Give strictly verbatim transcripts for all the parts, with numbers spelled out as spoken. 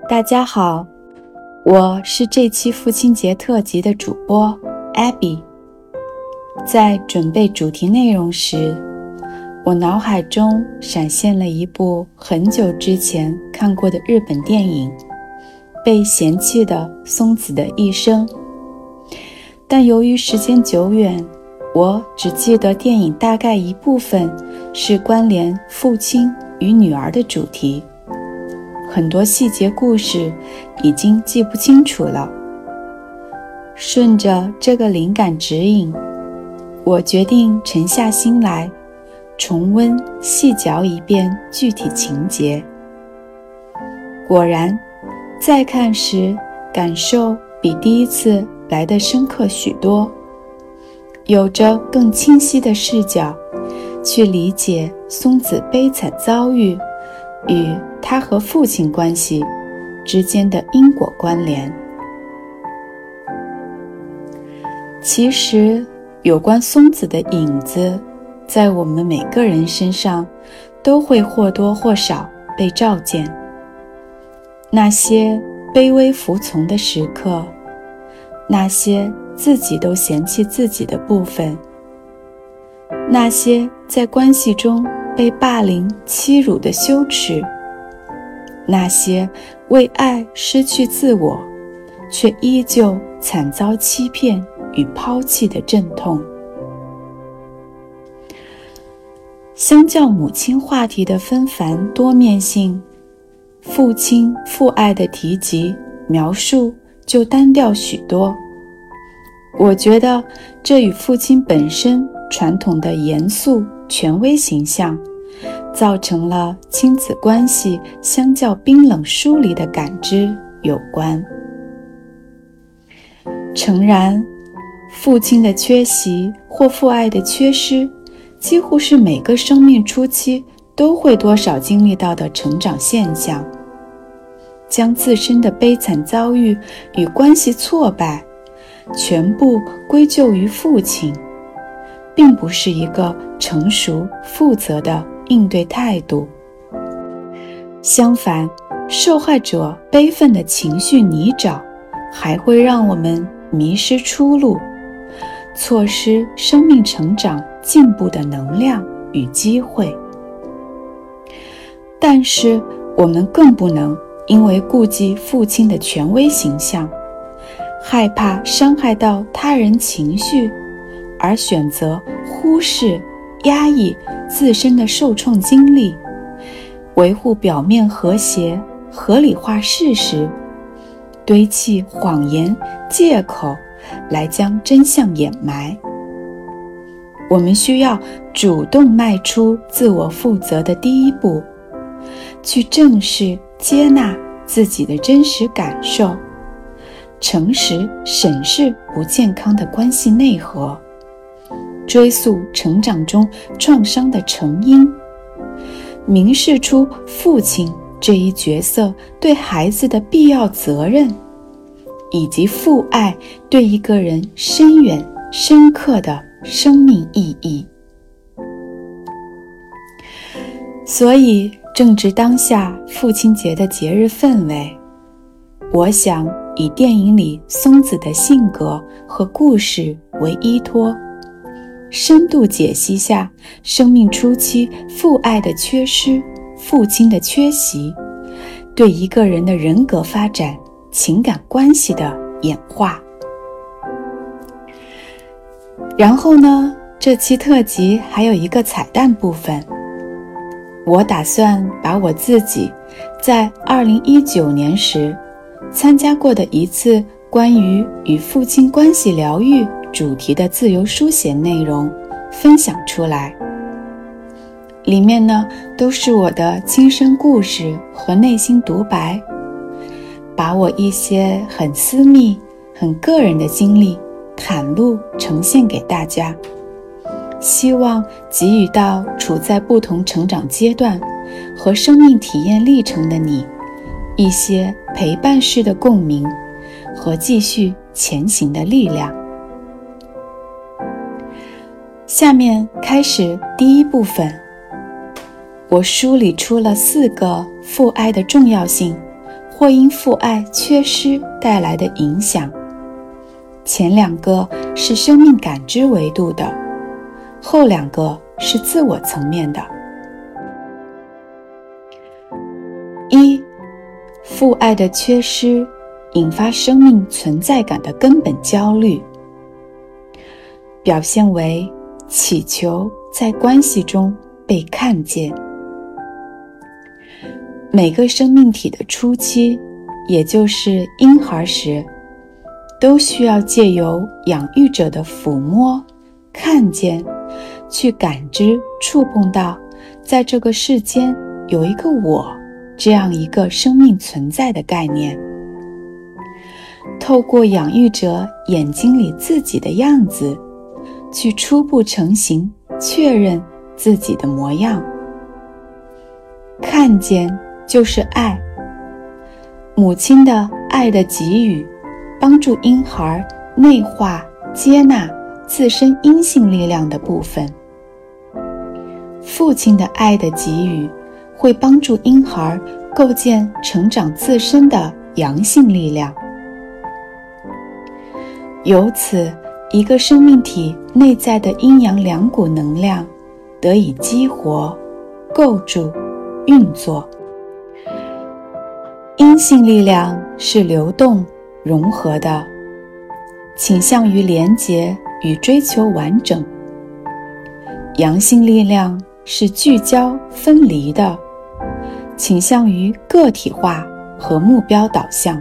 大家好，我是这期父亲节特辑的主播 Abby。 在准备主题内容时，我脑海中闪现了一部很久之前看过的日本电影《被嫌弃的松子的一生》，但由于时间久远，我只记得电影大概一部分是关联父亲与女儿的主题，很多细节故事已经记不清楚了。顺着这个灵感指引，我决定沉下心来重温细嚼一遍具体情节。果然，再看时感受比第一次来得深刻许多，有着更清晰的视角去理解松子悲惨遭遇与他和父亲关系之间的因果关联。其实有关松子的影子在我们每个人身上都会或多或少被照见，那些卑微服从的时刻，那些自己都嫌弃自己的部分，那些在关系中被霸凌欺辱的羞耻，那些为爱失去自我却依旧惨遭欺骗与抛弃的阵痛。相较母亲话题的纷繁多面性，父亲父爱的提及描述就单调许多。我觉得这与父亲本身传统的严肃权威形象造成了亲子关系相较冰冷疏离的感知有关。诚然，父亲的缺席或父爱的缺失几乎是每个生命初期都会多少经历到的成长现象。将自身的悲惨遭遇与关系挫败全部归咎于父亲，并不是一个成熟负责的应对态度。相反，受害者悲愤的情绪泥沼还会让我们迷失出路，错失生命成长进步的能量与机会。但是我们更不能因为顾忌父亲的权威形象，害怕伤害到他人情绪，而选择忽视压抑自身的受创经历，维护表面和谐，合理化事实，堆砌谎言借口来将真相掩埋。我们需要主动迈出自我负责的第一步，去正视接纳自己的真实感受，诚实审视不健康的关系内核，追溯成长中创伤的成因，明示出父亲这一角色对孩子的必要责任，以及父爱对一个人深远深刻的生命意义。所以正值当下父亲节的节日氛围，我想以电影里松子的性格和故事为依托，深度解析下生命初期父爱的缺失，父亲的缺席对一个人的人格发展、情感关系的演化。然后呢，这期特辑还有一个彩蛋部分，我打算把我自己在二零一九年时参加过的一次关于与父亲关系疗愈主题的自由书写内容分享出来。里面呢，都是我的亲身故事和内心独白，把我一些很私密、很个人的经历袒露呈现给大家，希望给予到处在不同成长阶段和生命体验历程的你一些陪伴式的共鸣和继续前行的力量。下面开始第一部分，我梳理出了四个父爱的重要性或因父爱缺失带来的影响。前两个是生命感知维度的，后两个是自我层面的。一，父爱的缺失引发生命存在感的根本焦虑，表现为祈求在关系中被看见。每个生命体的初期，也就是婴孩时，都需要借由养育者的抚摸、看见，去感知、触碰到在这个世间有一个我这样一个生命存在的概念。透过养育者眼睛里自己的样子，去初步成型，确认自己的模样。看见就是爱，母亲的爱的给予，帮助婴孩内化、接纳自身阴性力量的部分。父亲的爱的给予，会帮助婴孩构建成长自身的阳性力量。由此，一个生命体内在的阴阳两股能量得以激活、构筑、运作。阴性力量是流动、融合的，倾向于连结与追求完整；阳性力量是聚焦、分离的，倾向于个体化和目标导向。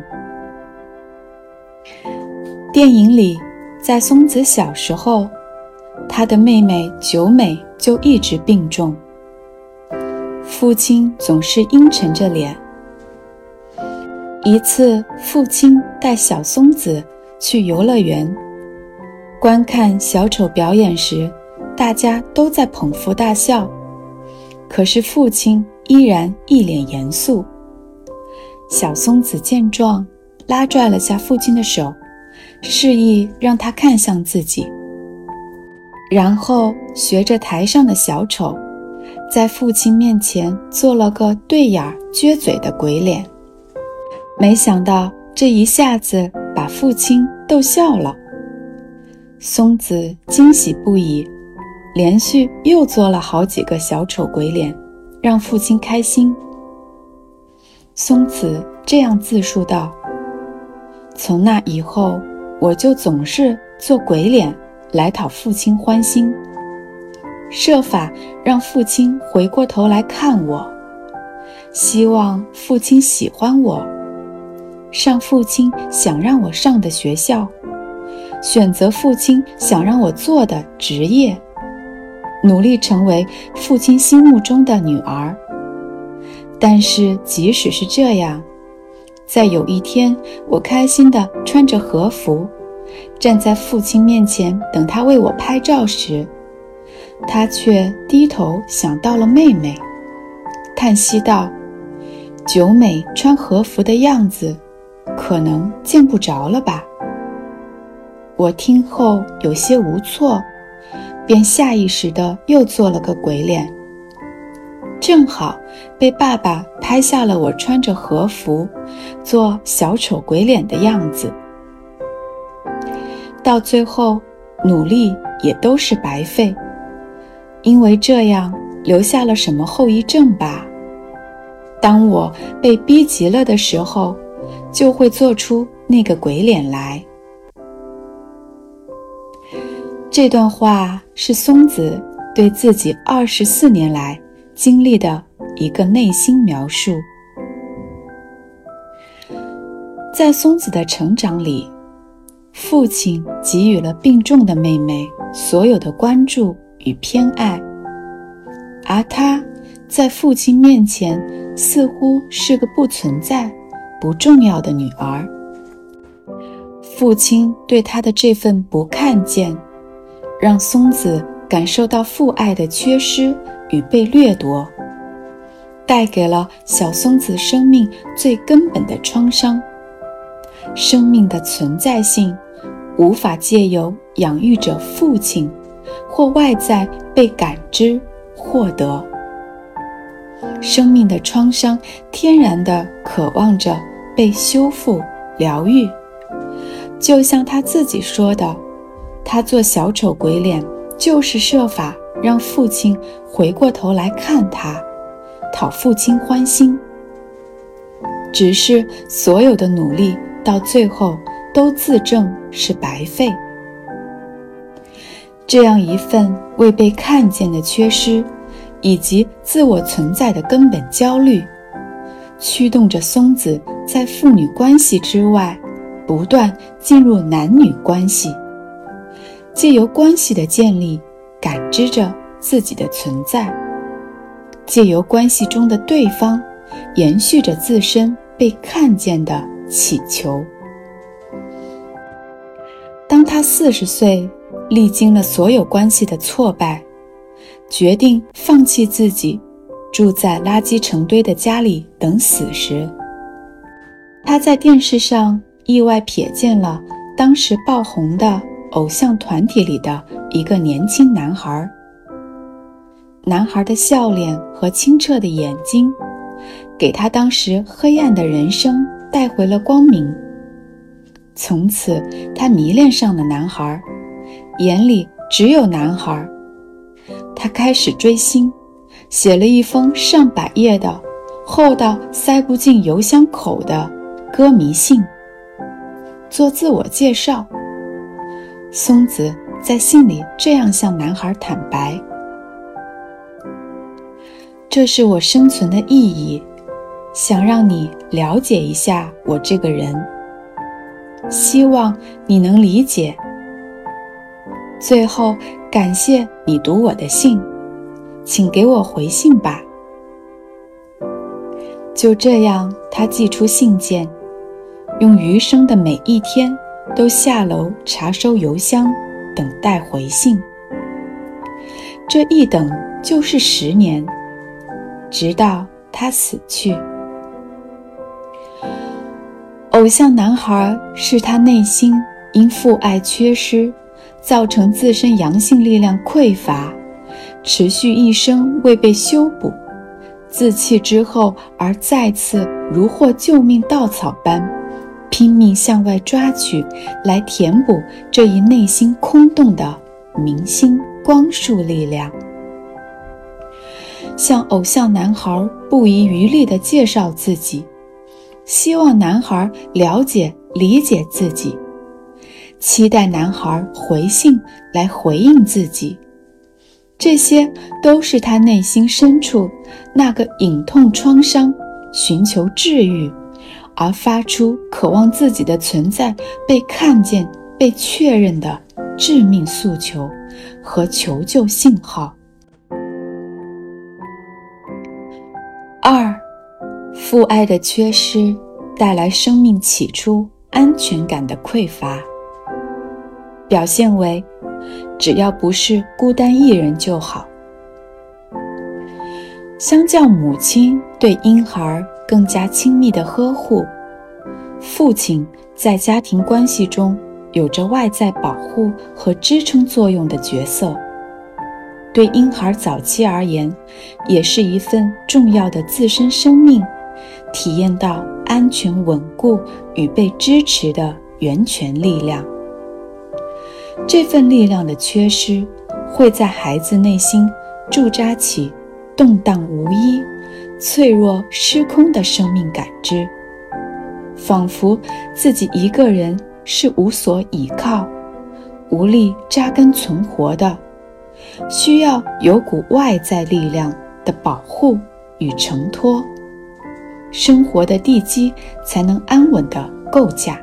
电影里，在松子小时候，她的妹妹久美就一直病重，父亲总是阴沉着脸。一次，父亲带小松子去游乐园，观看小丑表演时，大家都在捧腹大笑，可是父亲依然一脸严肃。小松子见状，拉拽了下父亲的手，示意让他看向自己，然后学着台上的小丑，在父亲面前做了个对眼撅嘴的鬼脸。没想到这一下子把父亲逗笑了，松子惊喜不已，连续又做了好几个小丑鬼脸，让父亲开心。松子这样自述道：从那以后，我就总是做鬼脸来讨父亲欢心，设法让父亲回过头来看我，希望父亲喜欢我，上父亲想让我上的学校，选择父亲想让我做的职业，努力成为父亲心目中的女儿。但是即使是这样，在有一天我开心地穿着和服，站在父亲面前等他为我拍照时，他却低头想到了妹妹，叹息道：久美穿和服的样子可能见不着了吧。我听后有些无措，便下意识地又做了个鬼脸，正好被爸爸拍下了我穿着和服做小丑鬼脸的样子。到最后，努力也都是白费，因为这样留下了什么后遗症吧？当我被逼急了的时候，就会做出那个鬼脸来。这段话是松子对自己二十四年来经历的一个内心描述。在松子的成长里，父亲给予了病重的妹妹所有的关注与偏爱，而她在父亲面前似乎是个不存在、不重要的女儿。父亲对她的这份不看见，让松子感受到父爱的缺失与被掠夺，带给了小松子生命最根本的创伤。生命的存在性无法借由养育者父亲或外在被感知获得，生命的创伤天然地渴望着被修复、疗愈。就像他自己说的，他做小丑鬼脸就是设法让父亲回过头来看他，讨父亲欢心。只是所有的努力到最后都自证是白费。这样一份未被看见的缺失，以及自我存在的根本焦虑，驱动着松子在父女关系之外不断进入男女关系，借由关系的建立感知着自己的存在，借由关系中的对方延续着自身被看见的祈求。当他四十岁，历经了所有关系的挫败，决定放弃自己，住在垃圾成堆的家里等死时，他在电视上意外瞥见了当时爆红的偶像团体里的一个年轻男孩。男孩的笑脸和清澈的眼睛，给他当时黑暗的人生带回了光明。从此，他迷恋上了男孩，眼里只有男孩。他开始追星，写了一封上百页的、厚到塞不进邮箱口的歌迷信，做自我介绍。松子在信里这样向男孩坦白：这是我生存的意义，想让你了解一下我这个人，希望你能理解。最后感谢你读我的信，请给我回信吧。就这样，他寄出信件，用余生的每一天都下楼查收邮箱，等待回信。这一等就是十年，直到他死去。偶像男孩是他内心因父爱缺失，造成自身阳性力量匮乏，持续一生未被修补，自弃之后而再次如获救命稻草般拼命向外抓取，来填补这一内心空洞的明星光束力量。向偶像男孩不遗余力地介绍自己，希望男孩了解理解自己，期待男孩回信来回应自己。这些都是他内心深处那个隐痛创伤寻求治愈，而发出渴望自己的存在被看见被确认的致命诉求和求救信号。二，父爱的缺失带来生命起初安全感的匮乏，表现为只要不是孤单一人就好。相较母亲对婴孩更加亲密的呵护，父亲在家庭关系中有着外在保护和支撑作用的角色，对婴孩早期而言，也是一份重要的自身生命体验到安全稳固与被支持的源泉力量。这份力量的缺失，会在孩子内心驻扎起动荡无依、脆弱失空的生命感知，仿佛自己一个人是无所倚靠、无力扎根存活的，需要有股外在力量的保护与承托，生活的地基才能安稳地构架。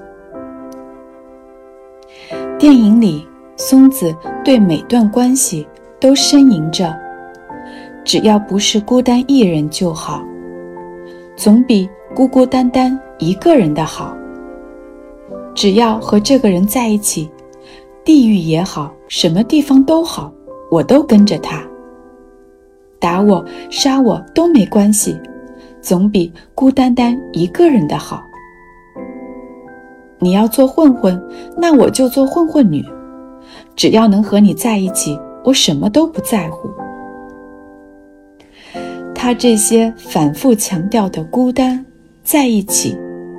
电影里，松子对每段关系都呻吟着，只要不是孤单一人就好，总比孤孤单单一个人的好。只要和这个人在一起，地狱也好，什么地方都好，我都跟着他。打我杀我都没关系，总比孤单单一个人的好。你要做混混，那我就做混混女，只要能和你在一起，我什么都不在乎。他这些反复强调的孤单、在一起、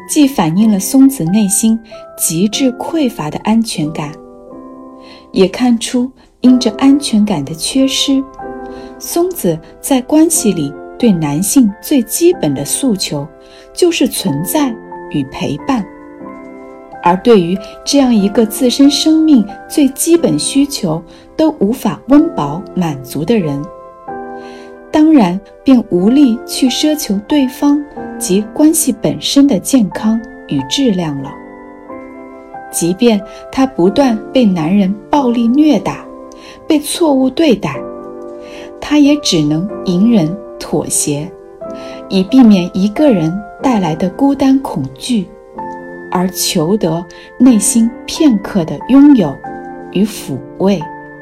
既反映了松子内心极致匮乏的安全感，也看出因着安全感的缺失，松子在关系里对男性最基本的诉求就是存在与陪伴，而对于这样一个自身生命最基本需求都无法温饱满足的人，当然便无力去奢求对方及关系本身的健康与质量了。即便他不断被男人暴力虐打，被错误对待，他也只能隐忍妥协，以避免一个人带来的孤单恐惧，而求得内心片刻的拥有与抚慰。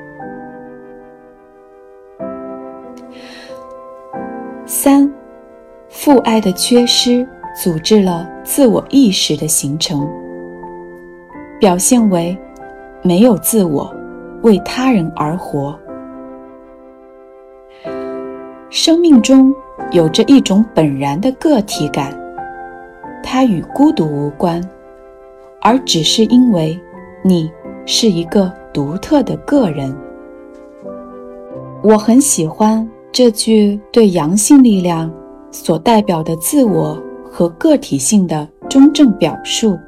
三，父爱的缺失阻滞了自我意识的形成，表现为没有自我，为他人而活。生命中有着一种本然的个体感，它与孤独无关，而只是因为你是一个独特的个人。我很喜欢这句对阳性力量所代表的自我和个体性的中正表述。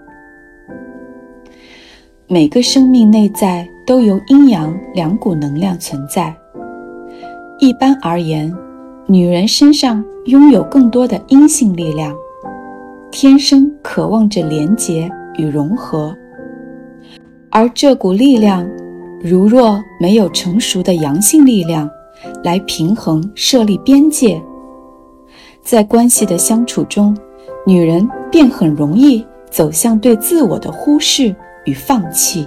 每个生命内在都有阴阳两股能量存在。一般而言，女人身上拥有更多的阴性力量，天生渴望着连结与融合，而这股力量如若没有成熟的阳性力量来平衡设立边界，在关系的相处中，女人便很容易走向对自我的忽视与放弃。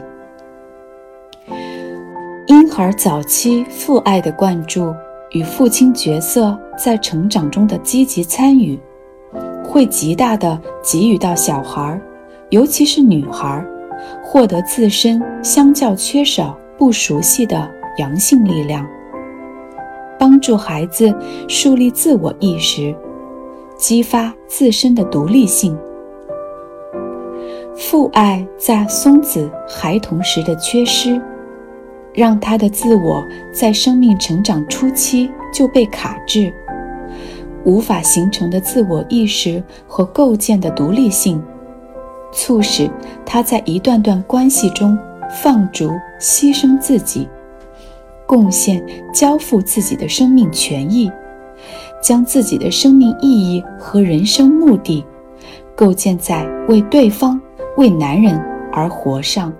婴儿早期父爱的灌注与父亲角色在成长中的积极参与，会极大地给予到小孩，尤其是女孩，获得自身相较缺少不熟悉的阳性力量，帮助孩子树立自我意识，激发自身的独立性。父爱在松子孩童时的缺失，让他的自我在生命成长初期就被卡制，无法形成的自我意识和构建的独立性，促使他在一段段关系中放逐牺牲自己，贡献交付自己的生命权益，将自己的生命意义和人生目的构建在为对方为男人而活上。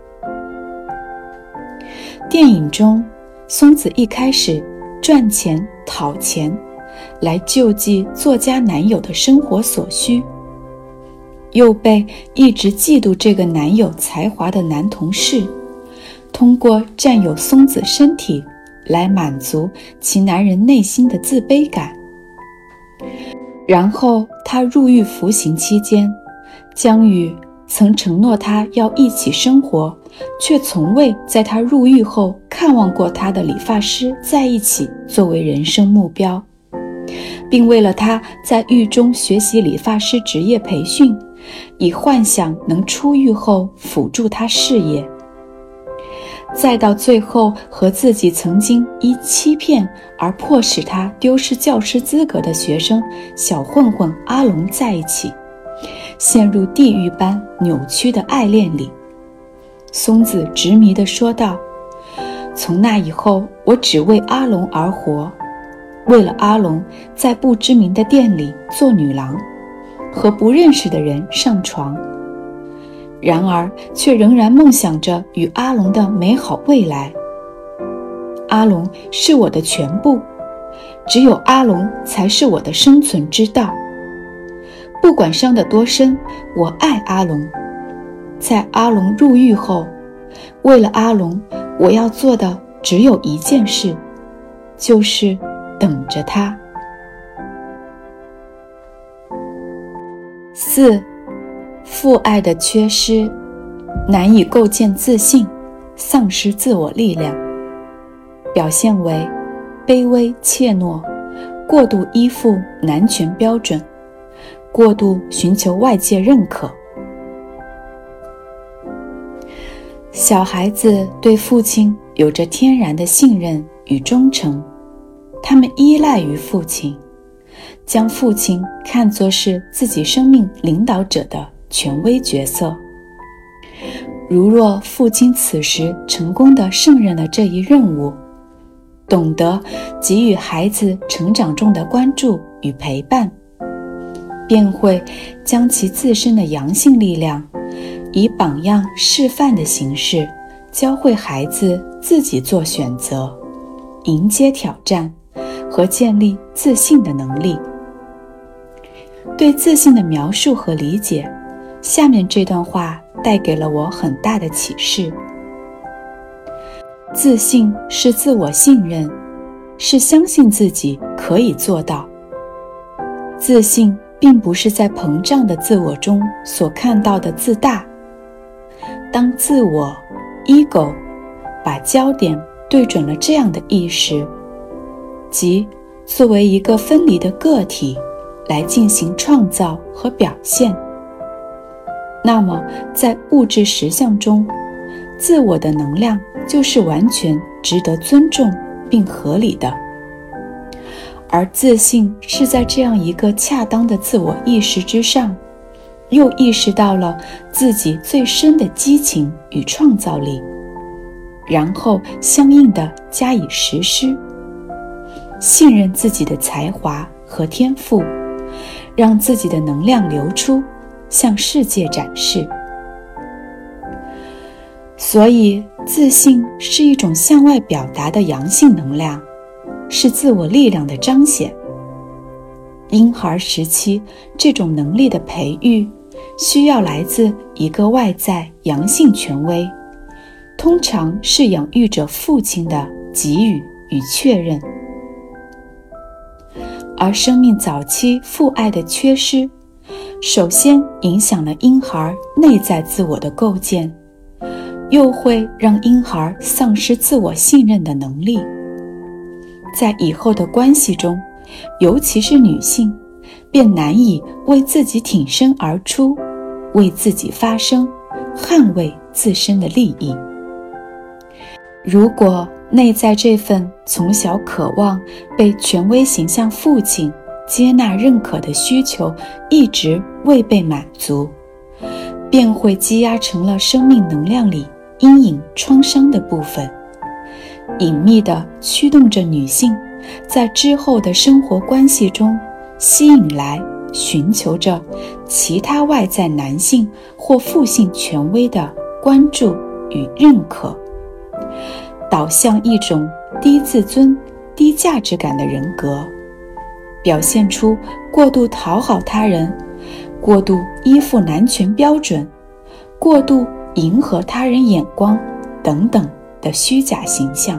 电影中，松子一开始赚钱讨钱来救济作家男友的生活所需，又被一直嫉妒这个男友才华的男同事通过占有松子身体来满足其男人内心的自卑感。然后他入狱服刑期间，将与曾承诺他要一起生活却从未在他入狱后看望过他的理发师在一起作为人生目标，并为了他在狱中学习理发师职业培训，以幻想能出狱后辅助他事业。再到最后和自己曾经因欺骗而迫使他丢失教师资格的学生小混混阿龙在一起，陷入地狱般扭曲的爱恋里。松子执迷地说道，从那以后我只为阿龙而活，为了阿龙在不知名的店里做女郎，和不认识的人上床，然而却仍然梦想着与阿龙的美好未来。阿龙是我的全部，只有阿龙才是我的生存之道。不管伤得多深，我爱阿龙。在阿龙入狱后，为了阿龙，我要做的只有一件事，就是等着他。四，父爱的缺失，难以构建自信，丧失自我力量，表现为卑微怯懦，过度依附男权标准， 过度寻求外界认可。小孩子对父亲有着天然的信任与忠诚，他们依赖于父亲，将父亲看作是自己生命领导者的权威角色。如若父亲此时成功地胜任了这一任务，懂得给予孩子成长中的关注与陪伴，便会将其自身的阳性力量以榜样示范的形式教会孩子自己做选择，迎接挑战和建立自信的能力。对自信的描述和理解，下面这段话带给了我很大的启示。自信是自我信任，是相信自己可以做到。自信并不是在膨胀的自我中所看到的自大。当自我 ego 把焦点对准了这样的意识，即作为一个分离的个体来进行创造和表现，那么在物质实相中，自我的能量就是完全值得尊重并合理的。而自信是在这样一个恰当的自我意识之上，又意识到了自己最深的激情与创造力，然后相应的加以实施，信任自己的才华和天赋，让自己的能量流出，向世界展示。所以，自信是一种向外表达的阳性能量，是自我力量的彰显。婴孩时期这种能力的培育，需要来自一个外在阳性权威，通常是养育者父亲的给予与确认。而生命早期父爱的缺失，首先影响了婴孩内在自我的构建，又会让婴孩丧失自我信任的能力。在以后的关系中，尤其是女性，便难以为自己挺身而出，为自己发声，捍卫自身的利益。如果内在这份从小渴望被权威形象父亲接纳认可的需求一直未被满足，便会积压成了生命能量里阴影创伤的部分，隐秘地驱动着女性在之后的生活关系中吸引来寻求着其他外在男性或父性权威的关注与认可，导向一种低自尊、低价值感的人格，表现出过度讨好他人、过度依附男权标准、过度迎合他人眼光等等的虚假形象。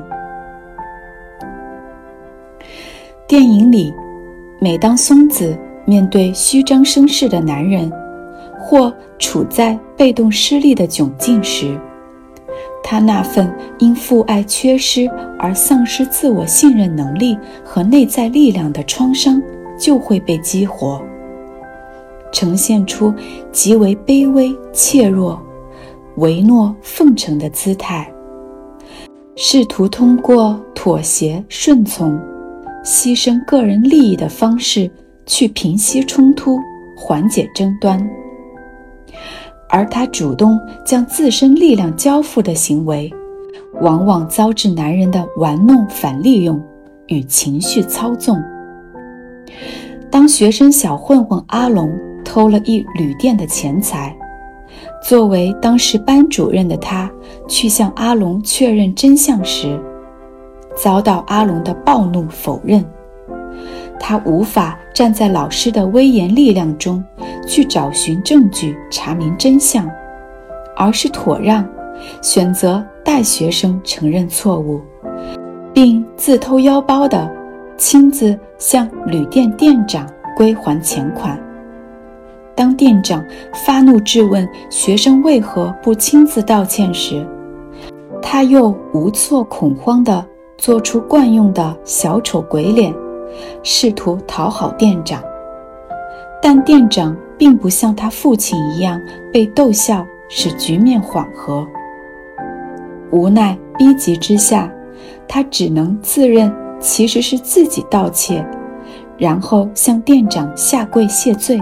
电影里，每当松子面对虚张声势的男人，或处在被动失利的窘境时，他那份因父爱缺失而丧失自我信任能力和内在力量的创伤就会被激活，呈现出极为卑微怯弱、唯诺奉承的姿态，试图通过妥协顺从、牺牲个人利益的方式去平息冲突、缓解争端。而他主动将自身力量交付的行为，往往遭致男人的玩弄反利用与情绪操纵。当学生小混混阿龙偷了一旅店的钱财，作为当时班主任的他去向阿龙确认真相时，遭到阿龙的暴怒否认。他无法站在老师的威严力量中去找寻证据查明真相，而是妥让，选择代学生承认错误，并自掏腰包的亲自向旅店店长归还钱款。当店长发怒质问学生为何不亲自道歉时，他又无措恐慌地做出惯用的小丑鬼脸，试图讨好店长。 但店长并不像他父亲一样被逗笑使局面缓和。无奈逼急之下，他只能自认其实是自己盗窃，然后向店长下跪谢罪。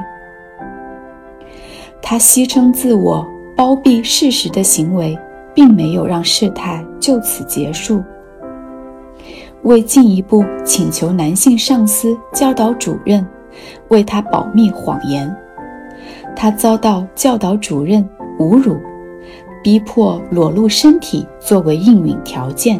他牺牲自我、包庇事实的行为，并没有让事态就此结束。为进一步请求男性上司教导主任为他保密谎言，他遭到教导主任侮辱，逼迫裸露身体作为应允条件。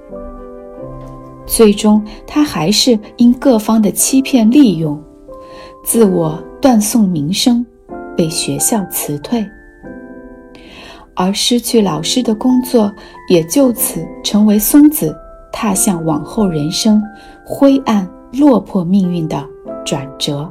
最终他还是因各方的欺骗利用，自我断送名声，被学校辞退，而失去老师的工作也就此成为松子踏向往后人生灰暗落魄命运的转折。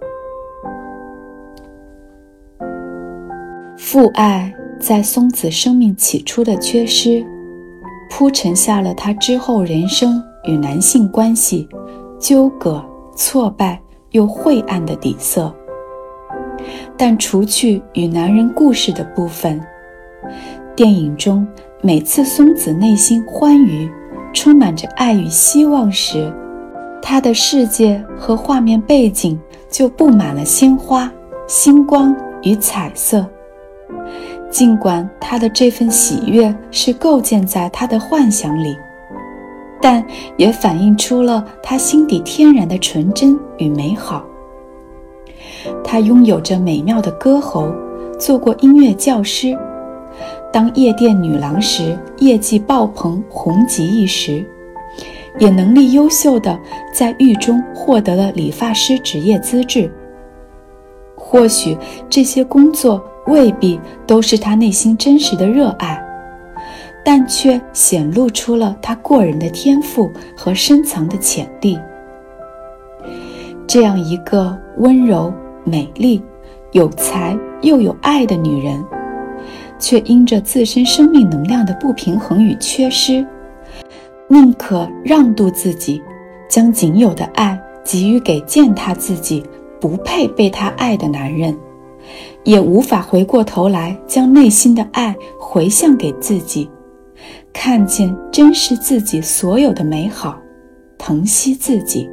父爱在松子生命起初的缺失，铺陈下了他之后人生与男性关系纠葛、挫败又晦暗的底色。但除去与男人故事的部分，电影中每次松子内心欢愉、充满着爱与希望时，他的世界和画面背景就布满了鲜花、星光与彩色。尽管他的这份喜悦是构建在他的幻想里，但也反映出了他心底天然的纯真与美好。他拥有着美妙的歌喉，做过音乐教师，当夜店女郎时业绩爆棚，红极一时，也能力优秀地在狱中获得了理发师职业资质。或许这些工作未必都是他内心真实的热爱，但却显露出了他过人的天赋和深藏的潜力。这样一个温柔、美丽、有才又有爱的女人，却因着自身生命能量的不平衡与缺失，宁可让渡自己，将仅有的爱给予给践踏自己、不配被他爱的男人，也无法回过头来将内心的爱回向给自己，看见珍视自己所有的美好，疼惜自己。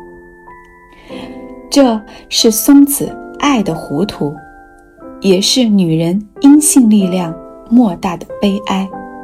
这是松子爱的糊涂，也是女人阴性力量莫大的悲哀。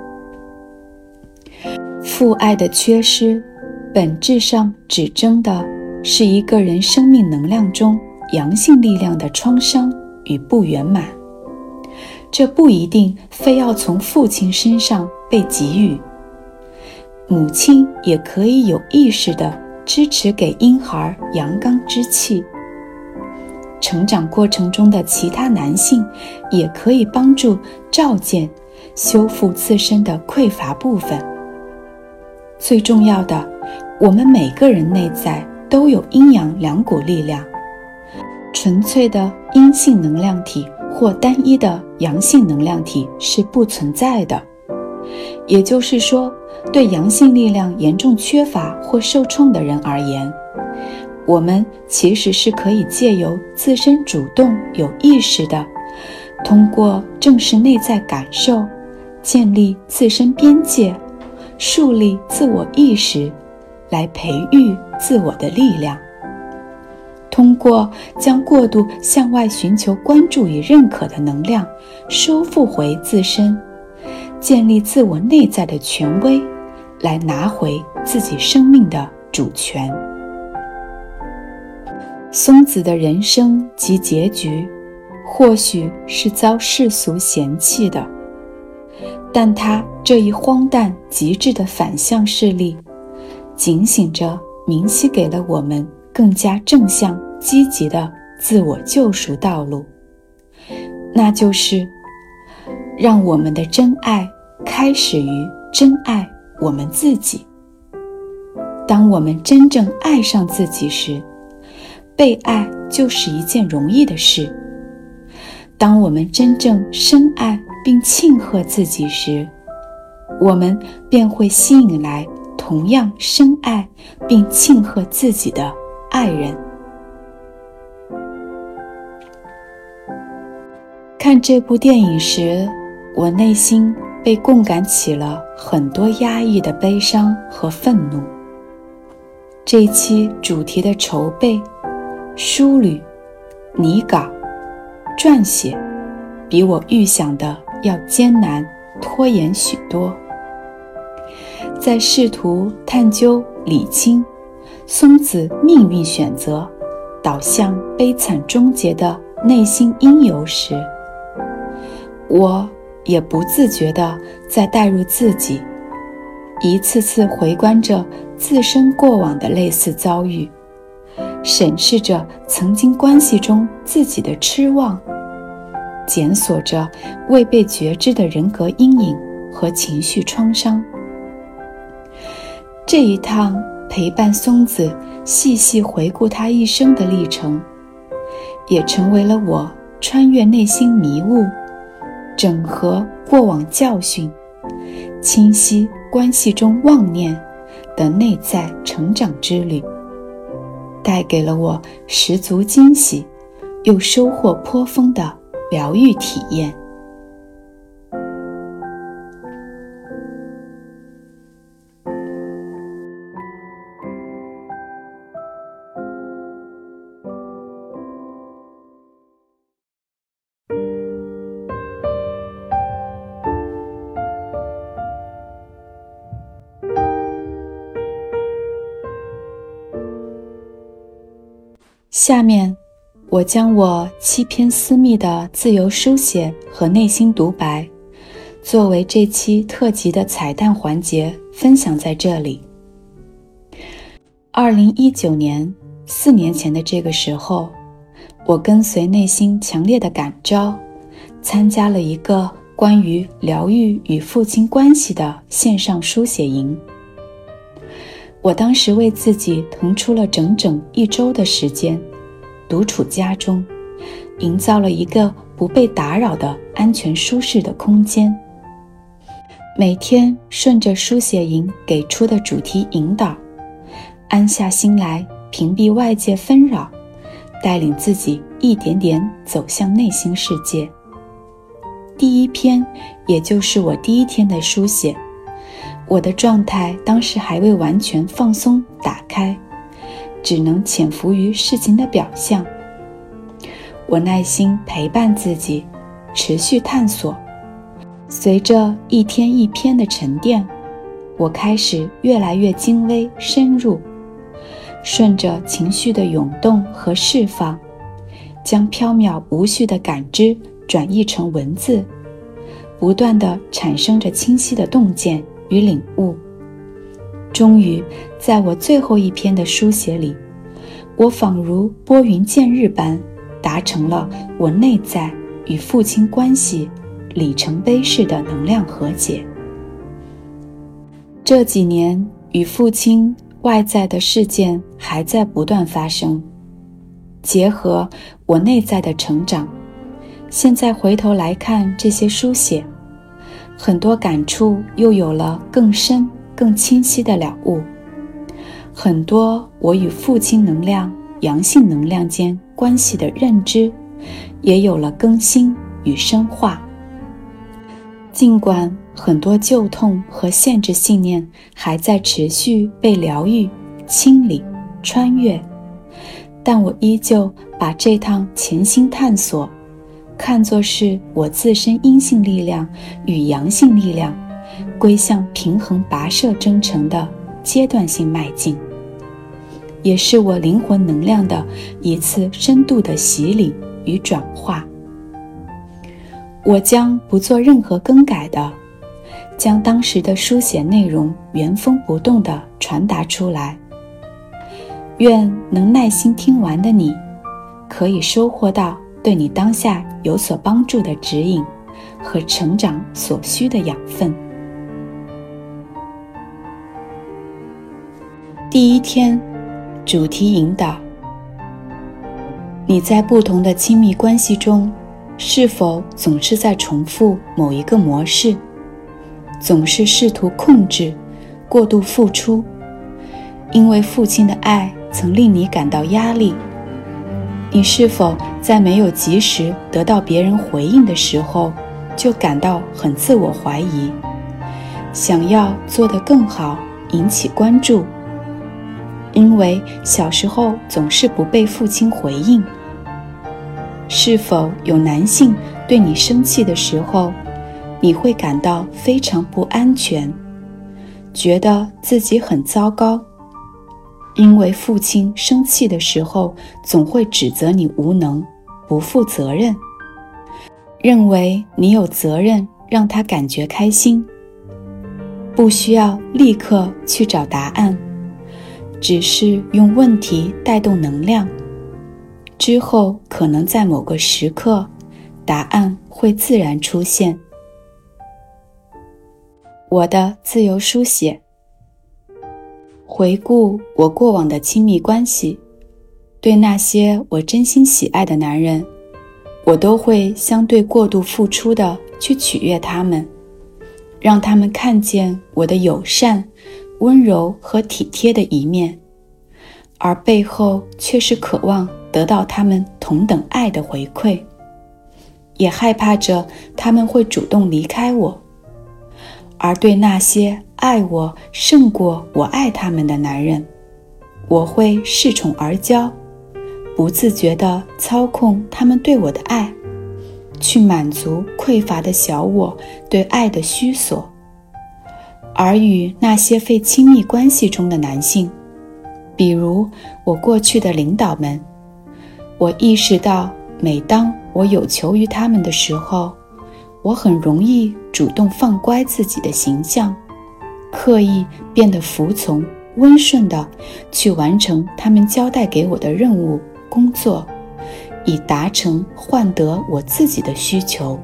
父爱的缺失，本质上指征的是一个人生命能量中阳性力量的创伤与不圆满。这不一定非要从父亲身上被给予，母亲也可以有意识地支持给婴孩阳刚之气。成长过程中的其他男性也可以帮助照见、修复自身的匮乏部分。最重要的，我们每个人内在都有阴阳两股力量，纯粹的阴性能量体或单一的阳性能量体是不存在的。也就是说，对阳性力量严重缺乏或受创的人而言，我们其实是可以借由自身主动有意识的，通过正视内在感受，建立自身边界，树立自我意识，来培育自我的力量。通过将过度向外寻求关注与认可的能量收复回自身，建立自我内在的权威，来拿回自己生命的主权。松子的人生及结局或许是遭世俗嫌弃的，但他这一荒诞极致的反向事例，警醒着明晰给了我们更加正向积极的自我救赎道路，那就是让我们的真爱开始于真爱我们自己。当我们真正爱上自己时，被爱就是一件容易的事。当我们真正深爱并庆贺自己时，我们便会吸引来同样深爱并庆贺自己的爱人。 看这部电影时，我内心被共感起了很多压抑的悲伤和愤怒。这一期主题的筹备、梳理、拟稿、撰写，比我预想的要艰难拖延许多。在试图探究理清松子命运选择导向悲惨终结的内心因由时，我也不自觉地在带入自己，一次次回观着自身过往的类似遭遇，审视着曾经关系中自己的痴妄，检索着未被觉知的人格阴影和情绪创伤。这一趟陪伴松子细细回顾她一生的历程，也成为了我穿越内心迷雾、整合过往教训、清晰关系中妄念的内在成长之旅，带给了我十足惊喜又收获颇丰的疗愈体验。下面，我将我七篇私密的自由书写和内心独白，作为这期特辑的彩蛋环节分享在这里。二零一九年，四年前的这个时候，我跟随内心强烈的感召，参加了一个关于疗愈与父亲关系的线上书写营。我当时为自己腾出了整整一周的时间，独处家中，营造了一个不被打扰的安全舒适的空间。每天顺着书写营给出的主题引导，安下心来，屏蔽外界纷扰，带领自己一点点走向内心世界。第一篇，也就是我第一天的书写，我的状态当时还未完全放松打开，只能潜伏于事情的表象。我耐心陪伴自己，持续探索。随着一天一篇的沉淀，我开始越来越精微深入，顺着情绪的涌动和释放，将缥缈无序的感知转译成文字，不断地产生着清晰的洞见与领悟。终于在我最后一篇的书写里，我仿如拨云见日般达成了我内在与父亲关系里程碑式的能量和解。这几年与父亲外在的事件还在不断发生，结合我内在的成长，现在回头来看这些书写，很多感触又有了更深更清晰的了悟，很多我与父亲能量、阳性能量间关系的认知也有了更新与深化。尽管很多旧痛和限制信念还在持续被疗愈、清理、穿越，但我依旧把这趟潜心探索看作是我自身阴性力量与阳性力量归向平衡跋涉征程的阶段性迈进，也是我灵魂能量的一次深度的洗礼与转化。我将不做任何更改的，将当时的书写内容原封不动地传达出来。愿能耐心听完的你，可以收获到对你当下有所帮助的指引和成长所需的养分。第一天，主题引导。你在不同的亲密关系中，是否总是在重复某一个模式，总是试图控制、过度付出？因为父亲的爱曾令你感到压力， 你是否在没有及时得到别人回应的时候，就感到很自我怀疑，想要做得更好，引起关注？因为小时候总是不被父亲回应。是否有男性对你生气的时候，你会感到非常不安全，觉得自己很糟糕？因为父亲生气的时候总会指责你无能，不负责任，认为你有责任让他感觉开心，不需要立刻去找答案，只是用问题带动能量，之后可能在某个时刻，答案会自然出现。我的自由书写。回顾我过往的亲密关系，对那些我真心喜爱的男人，我都会相对过度付出的去取悦他们，让他们看见我的友善、温柔和体贴的一面，而背后却是渴望得到他们同等爱的回馈，也害怕着他们会主动离开我。而对那些爱我胜过我爱他们的男人，我会恃宠而骄，不自觉地操控他们对我的爱，去满足匮乏的小我对爱的需索。而与那些非亲密关系中的男性，比如我过去的领导们，我意识到每当我有求于他们的时候，我很容易主动放乖自己的形象，刻意变得服从、温顺地去完成他们交代给我的任务、工作，以达成换得我自己的需求。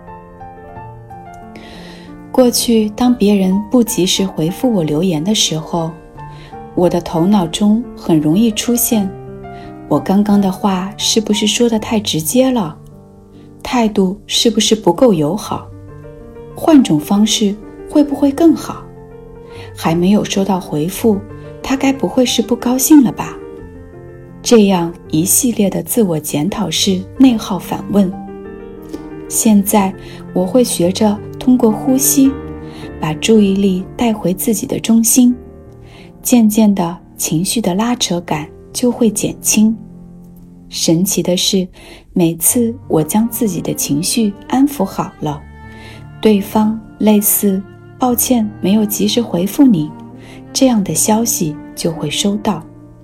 过去当别人不及时回复我留言的时候，我的头脑中很容易出现，我刚刚的话是不是说得太直接了？态度是不是不够友好？换种方式会不会更好？还没有收到回复，他该不会是不高兴了吧？这样一系列的自我检讨式内耗反问。现在我会学着通过呼吸，把注意力带回自己的中心，渐渐的情绪的拉扯感就会减轻。神奇的是，每次我将自己的情绪安抚好了，对方类似抱歉没有及时回复你这样的消息就会收到。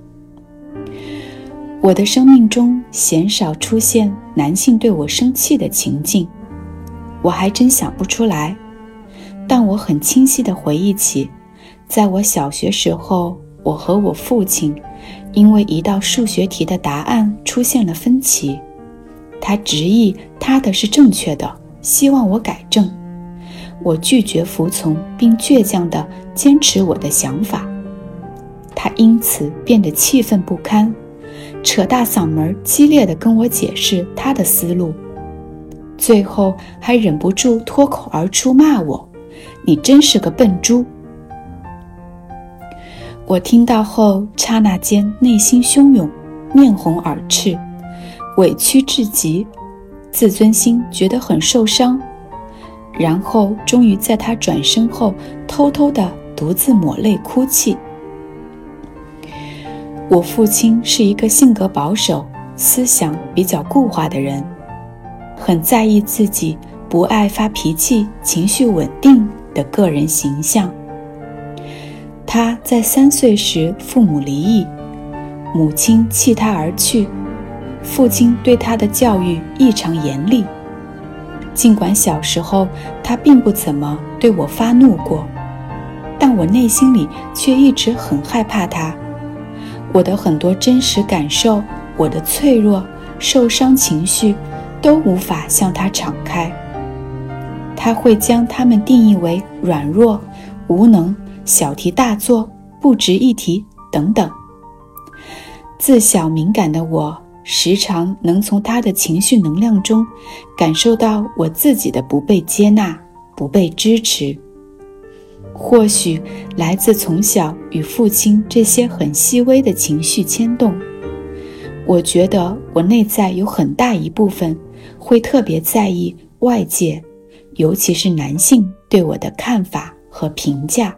我的生命中鲜少出现男性对我生气的情境，我还真想不出来，但我很清晰地回忆起，在我小学时候，我和我父亲因为一道数学题的答案出现了分歧，他执意他的是正确的，希望我改正。我拒绝服从，并倔强地坚持我的想法。他因此变得气愤不堪，扯大嗓门激烈地跟我解释他的思路，最后还忍不住脱口而出骂我：“你真是个笨猪！”我听到后，刹那间内心汹涌，面红耳赤，委屈至极，自尊心觉得很受伤，然后终于在他转身后偷偷地独自抹泪哭泣。我父亲是一个性格保守、思想比较固化的人，很在意自己不爱发脾气、情绪稳定的个人形象。他在三岁时父母离异，母亲弃他而去，父亲对他的教育异常严厉。尽管小时候他并不怎么对我发怒过，但我内心里却一直很害怕他。我的很多真实感受，我的脆弱、受伤情绪都无法向他敞开。他会将他们定义为软弱、无能、小题大做、不值一提等等。自小敏感的我，时常能从他的情绪能量中感受到我自己的不被接纳、不被支持。或许来自从小与父亲这些很细微的情绪牵动， 我觉得我内在有很大一部分会特别在意外界，尤其是男性对我的看法和评价。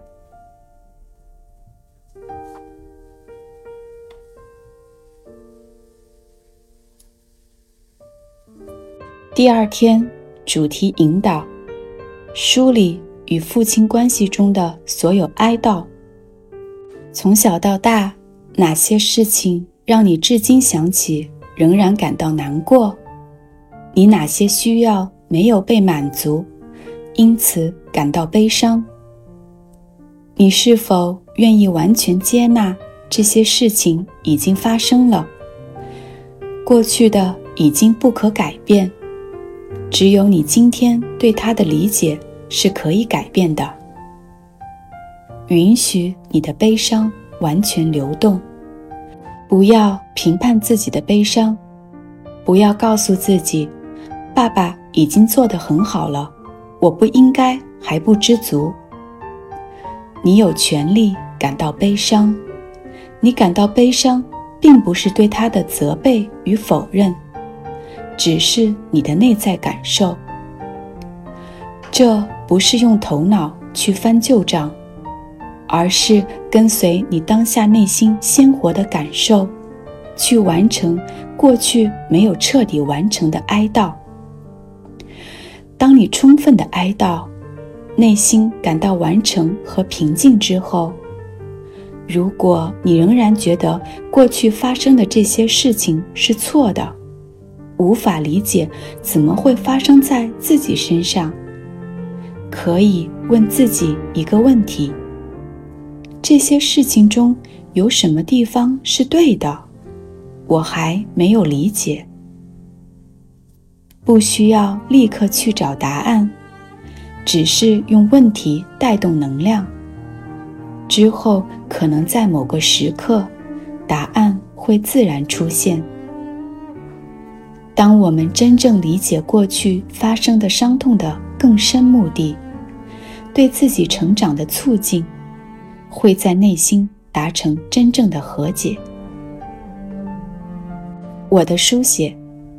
第二天，主题引导，梳理与父亲关系中的所有哀悼。从小到大，哪些事情让你至今想起仍然感到难过？你哪些需要没有被满足，因此感到悲伤？你是否愿意完全接纳这些事情已经发生了？过去的已经不可改变，只有你今天对它的理解是可以改变的。允许你的悲伤完全流动，不要评判自己的悲伤，不要告诉自己，爸爸已经做得很好了，我不应该还不知足。你有权利感到悲伤，你感到悲伤并不是对他的责备与否认，只是你的内在感受。这不是用头脑去翻旧账，而是跟随你当下内心鲜活的感受，去完成过去没有彻底完成的哀悼。当你充分的哀悼，内心感到完成和平静之后，如果你仍然觉得过去发生的这些事情是错的，无法理解怎么会发生在自己身上，可以问自己一个问题：这些事情中有什么地方是对的？我还没有理解。不需要立刻去找答案，只是用问题带动能量，之后可能在某个时刻，答案会自然出现。当我们真正理解过去发生的伤痛的更深目的，对自己成长的促进，会在内心达成真正的和解。我的书写，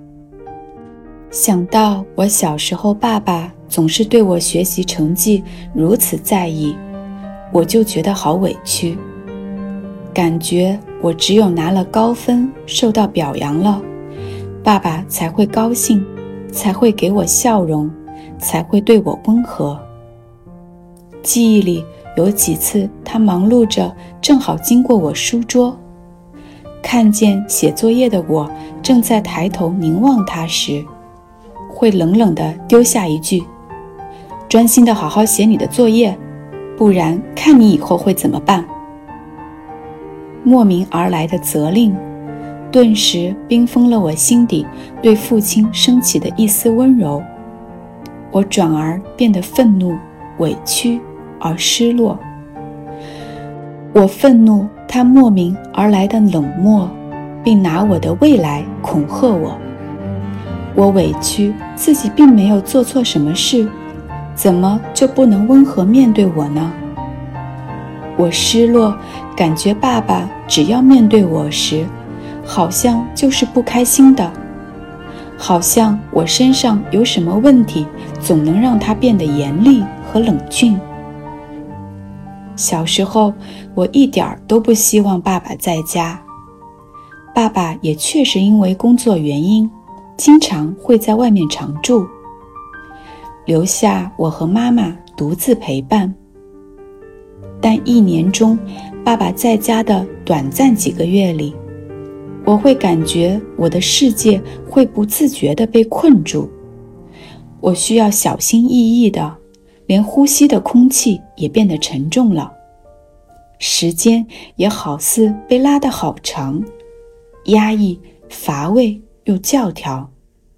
想到我小时候爸爸总是对我学习成绩如此在意，我就觉得好委屈，感觉我只有拿了高分，受到表扬了，爸爸才会高兴，才会给我笑容，才会对我温和。记忆里有几次他忙碌着，正好经过我书桌，看见写作业的我正在抬头凝望他时，会冷冷地丢下一句：专心地好好写你的作业，不然看你以后会怎么办。莫名而来的责令顿时冰封了我心底对父亲升起的一丝温柔，我转而变得愤怒、委屈而失落。我愤怒他莫名而来的冷漠，并拿我的未来恐吓我。我委屈自己并没有做错什么事，怎么就不能温和面对我呢？我失落，感觉爸爸只要面对我时，好像就是不开心的，好像我身上有什么问题，总能让他变得严厉和冷峻。小时候，我一点都不希望爸爸在家，爸爸也确实因为工作原因，经常会在外面常住，留下我和妈妈独自陪伴。但一年中，爸爸在家的短暂几个月里，我会感觉我的世界会不自觉地被困住，我需要小心翼翼的，连呼吸的空气也变得沉重了，时间也好似被拉得好长，压抑、乏味又教条。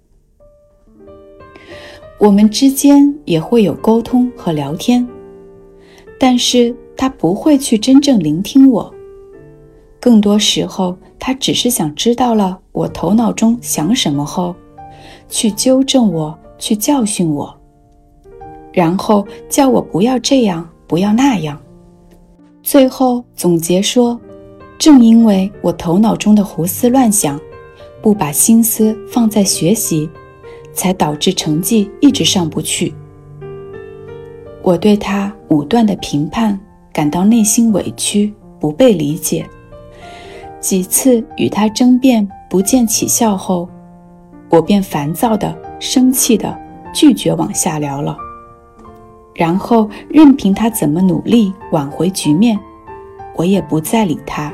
我们之间也会有沟通和聊天，但是他不会去真正聆听我，更多时候他只是想知道了我头脑中想什么后，去纠正我，去教训我，然后叫我不要这样，不要那样，最后总结说，正因为我头脑中的胡思乱想， 不把心思放在学习，才导致成绩一直上不去。我对他武断的评判感到内心委屈，不被理解。几次与他争辩不见起效后，我便烦躁的、生气的拒绝往下聊了，然后任凭他怎么努力挽回局面，我也不再理他。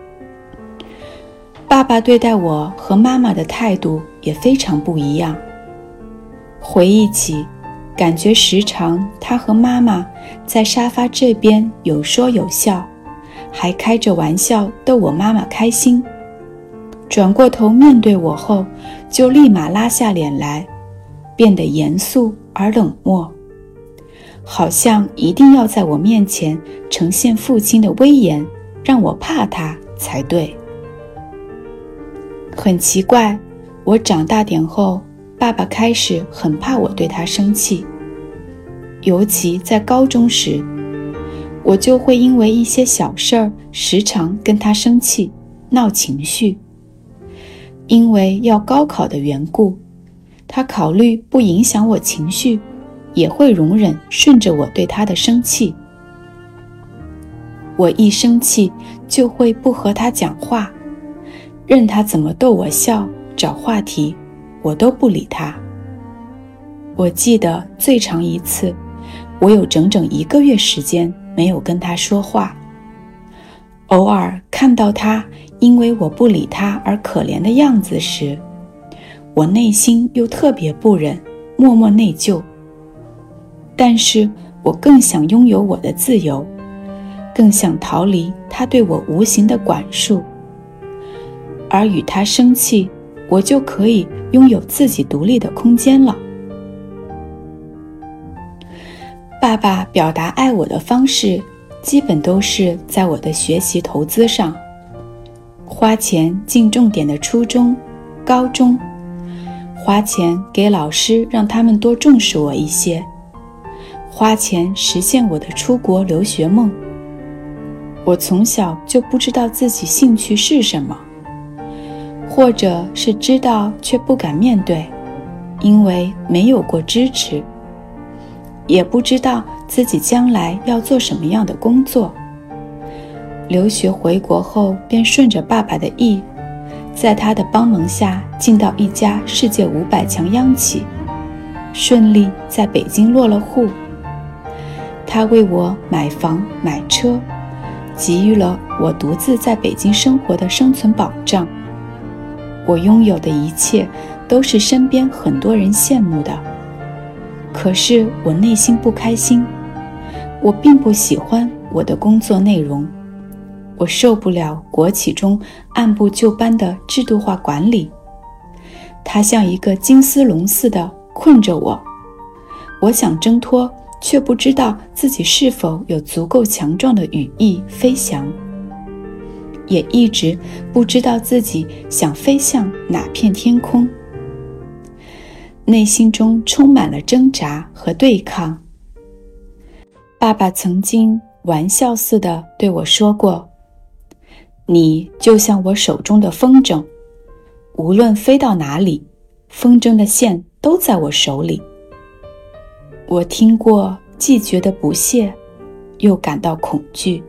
爸爸对待我和妈妈的态度也非常不一样。回忆起，感觉时常他和妈妈在沙发这边有说有笑，还开着玩笑逗我妈妈开心，转过头面对我后，就立马拉下脸来，变得严肃而冷漠，好像一定要在我面前呈现父亲的威严，让我怕他才对。很奇怪，我长大点后，爸爸开始很怕我对他生气，尤其在高中时，我就会因为一些小事儿时常跟他生气，闹情绪。因为要高考的缘故，他考虑不影响我情绪，也会容忍顺着我对他的生气。我一生气就会不和他讲话，任他怎么逗我笑，找话题，我都不理他。我记得最长一次，我有整整一个月时间没有跟他说话。偶尔看到他因为我不理他而可怜的样子时，我内心又特别不忍，默默内疚。但是我更想拥有我的自由，更想逃离他对我无形的管束。而与他生气，我就可以拥有自己独立的空间了。爸爸表达爱我的方式，基本都是在我的学习投资上，花钱进重点的初中、高中，花钱给老师让他们多重视我一些，花钱实现我的出国留学梦。我从小就不知道自己兴趣是什么，或者是知道却不敢面对，因为没有过支持，也不知道自己将来要做什么样的工作。留学回国后，便顺着爸爸的意，在他的帮忙下进到一家世界五百强央企，顺利在北京落了户。他为我买房买车，给予了我独自在北京生活的生存保障。我拥有的一切都是身边很多人羡慕的，可是我内心不开心。我并不喜欢我的工作内容，我受不了国企中按部就班的制度化管理，它像一个金丝笼似的困着我。我想挣脱，却不知道自己是否有足够强壮的羽翼飞翔，也一直不知道自己想飞向哪片天空。内心中充满了挣扎和对抗。爸爸曾经玩笑似的对我说过，你就像我手中的风筝，无论飞到哪里，风筝的线都在我手里。我听过，既觉得不屑，又感到恐惧。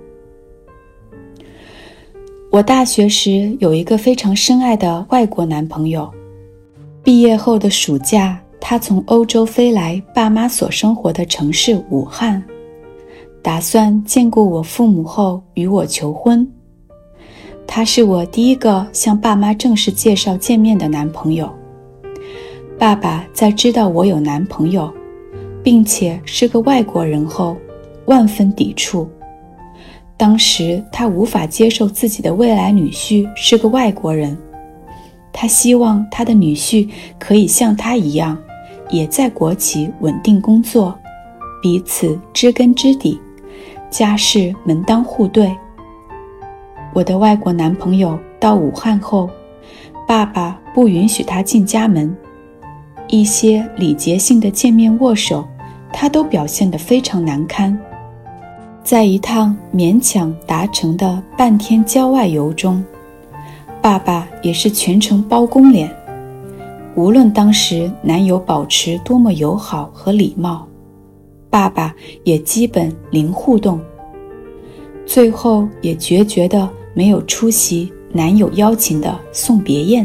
我大学时有一个非常深爱的外国男朋友，毕业后的暑假，他从欧洲飞来爸妈所生活的城市武汉，打算见过我父母后与我求婚。他是我第一个向爸妈正式介绍见面的男朋友。爸爸在知道我有男朋友，并且是个外国人后，万分抵触。当时他无法接受自己的未来女婿是个外国人，他希望他的女婿可以像他一样，也在国企稳定工作，彼此知根知底，家事门当户对。我的外国男朋友到武汉后，爸爸不允许他进家门，一些礼节性的见面握手，他都表现得非常难堪。在一趟勉强达成的半天郊外游中，爸爸爸也是全程包公脸，无论当时男友保持多么友好和礼貌，爸爸也基本零互动，最后也决绝地没有出席男友邀请的送别宴。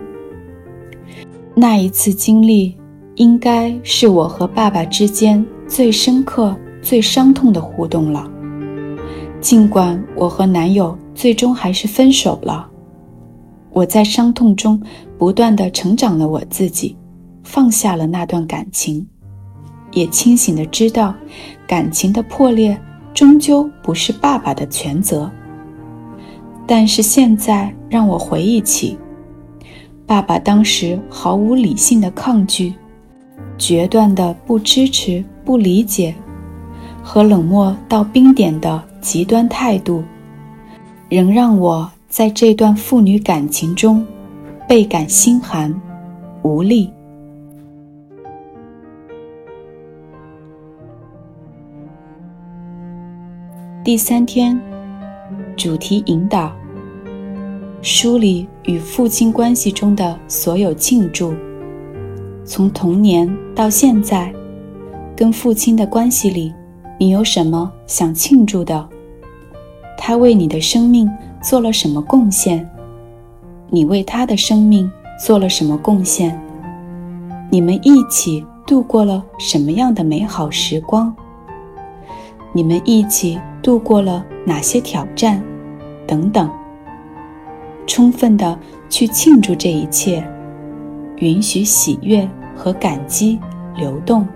那一次经历应该是我和爸爸之间最深刻、最伤痛的互动了。尽管我和男友最终还是分手了，我在伤痛中不断地成长了我自己，放下了那段感情，也清醒地知道感情的破裂终究不是爸爸的全责。但是现在让我回忆起，爸爸当时毫无理性的抗拒，决断的不支持、不理解，和冷漠到冰点的极端态度，仍让我在这段父女感情中倍感心寒、无力。第三天，主题引导：梳理与父亲关系中的所有庆祝。从童年到现在，跟父亲的关系里，你有什么想庆祝的？他为你的生命做了什么贡献？你为他的生命做了什么贡献？你们一起度过了什么样的美好时光？你们一起度过了哪些挑战？等等。充分地去庆祝这一切，允许喜悦和感激流动。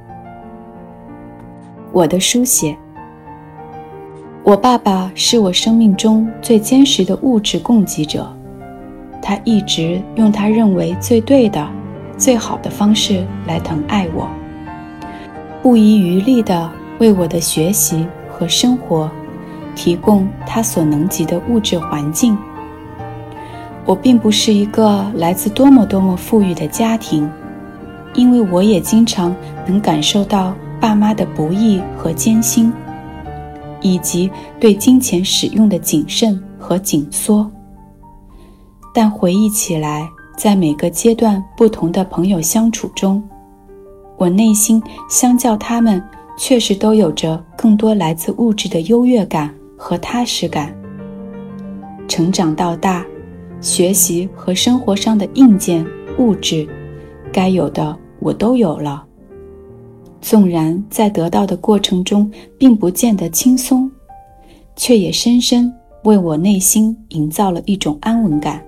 我的书写：我爸爸是我生命中最坚实的物质供给者，他一直用他认为最对的、最好的方式来疼爱我，不遗余力地为我的学习和生活提供他所能及的物质环境。我并不是一个来自多么多么富裕的家庭，因为我也经常能感受到爸妈的不易和艰辛，以及对金钱使用的谨慎和紧缩。但回忆起来，在每个阶段不同的朋友相处中，我内心相较他们确实都有着更多来自物质的优越感和踏实感。成长到大，学习和生活上的硬件物质，该有的我都有了。纵然在得到的过程中并不见得轻松，却也深深为我内心营造了一种安稳感。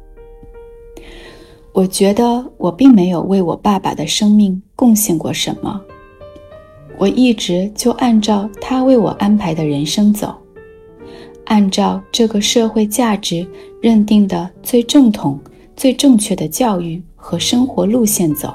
我觉得我并没有为我爸爸的生命贡献过什么，我一直就按照他为我安排的人生走，按照这个社会价值认定的最正统、最正确的教育和生活路线走。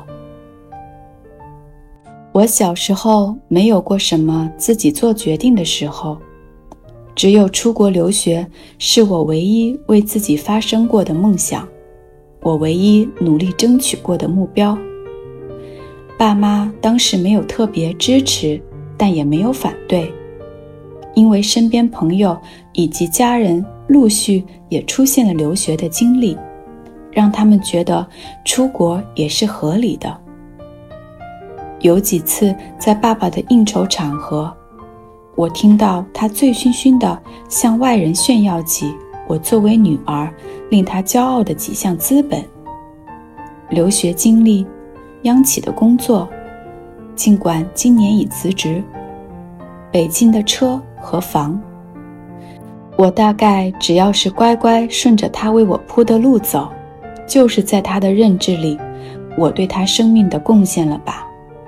我小时候没有过什么自己做决定的时候，只有出国留学是我唯一为自己发生过的梦想，我唯一努力争取过的目标。爸妈当时没有特别支持，但也没有反对，因为身边朋友以及家人陆续也出现了留学的经历，让他们觉得出国也是合理的。有几次在爸爸的应酬场合，我听到他醉醺醺地向外人炫耀起我作为女儿令他骄傲的几项资本：留学经历、央企的工作，尽管今年已辞职，北京的车和房。我大概只要是乖乖顺着他为我铺的路走，就是在他的认知里，我对他生命的贡献了吧。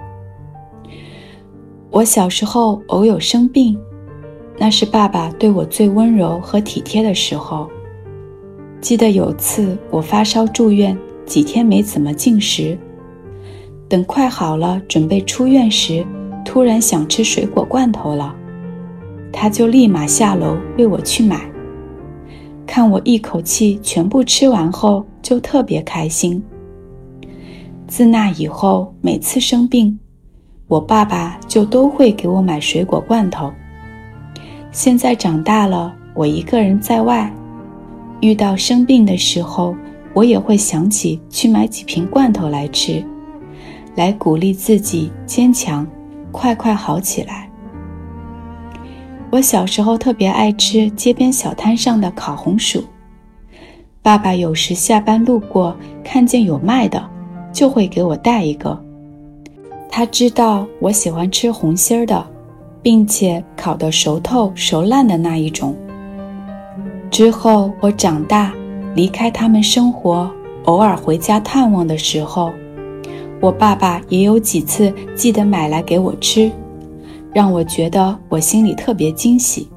我小时候偶有生病，那是爸爸对我最温柔和体贴的时候。记得有次我发烧住院，几天没怎么进食，等快好了准备出院时，突然想吃水果罐头了，他就立马下楼为我去买。看我一口气全部吃完后，就特别开心。自那以后，每次生病，我爸爸就都会给我买水果罐头。现在长大了，我一个人在外， 遇到生病的时候，我也会想起去买几瓶罐头来吃，来鼓励自己坚强，快快好起来。我小时候特别爱吃街边小摊上的烤红薯，爸爸有时下班路过，看见有卖的，就会给我带一个。他知道我喜欢吃红心儿的，并且烤得熟透熟烂的那一种。之后我长大，离开他们生活，偶尔回家探望的时候，我爸爸也有几次记得买来给我吃，让我觉得我心里特别惊喜。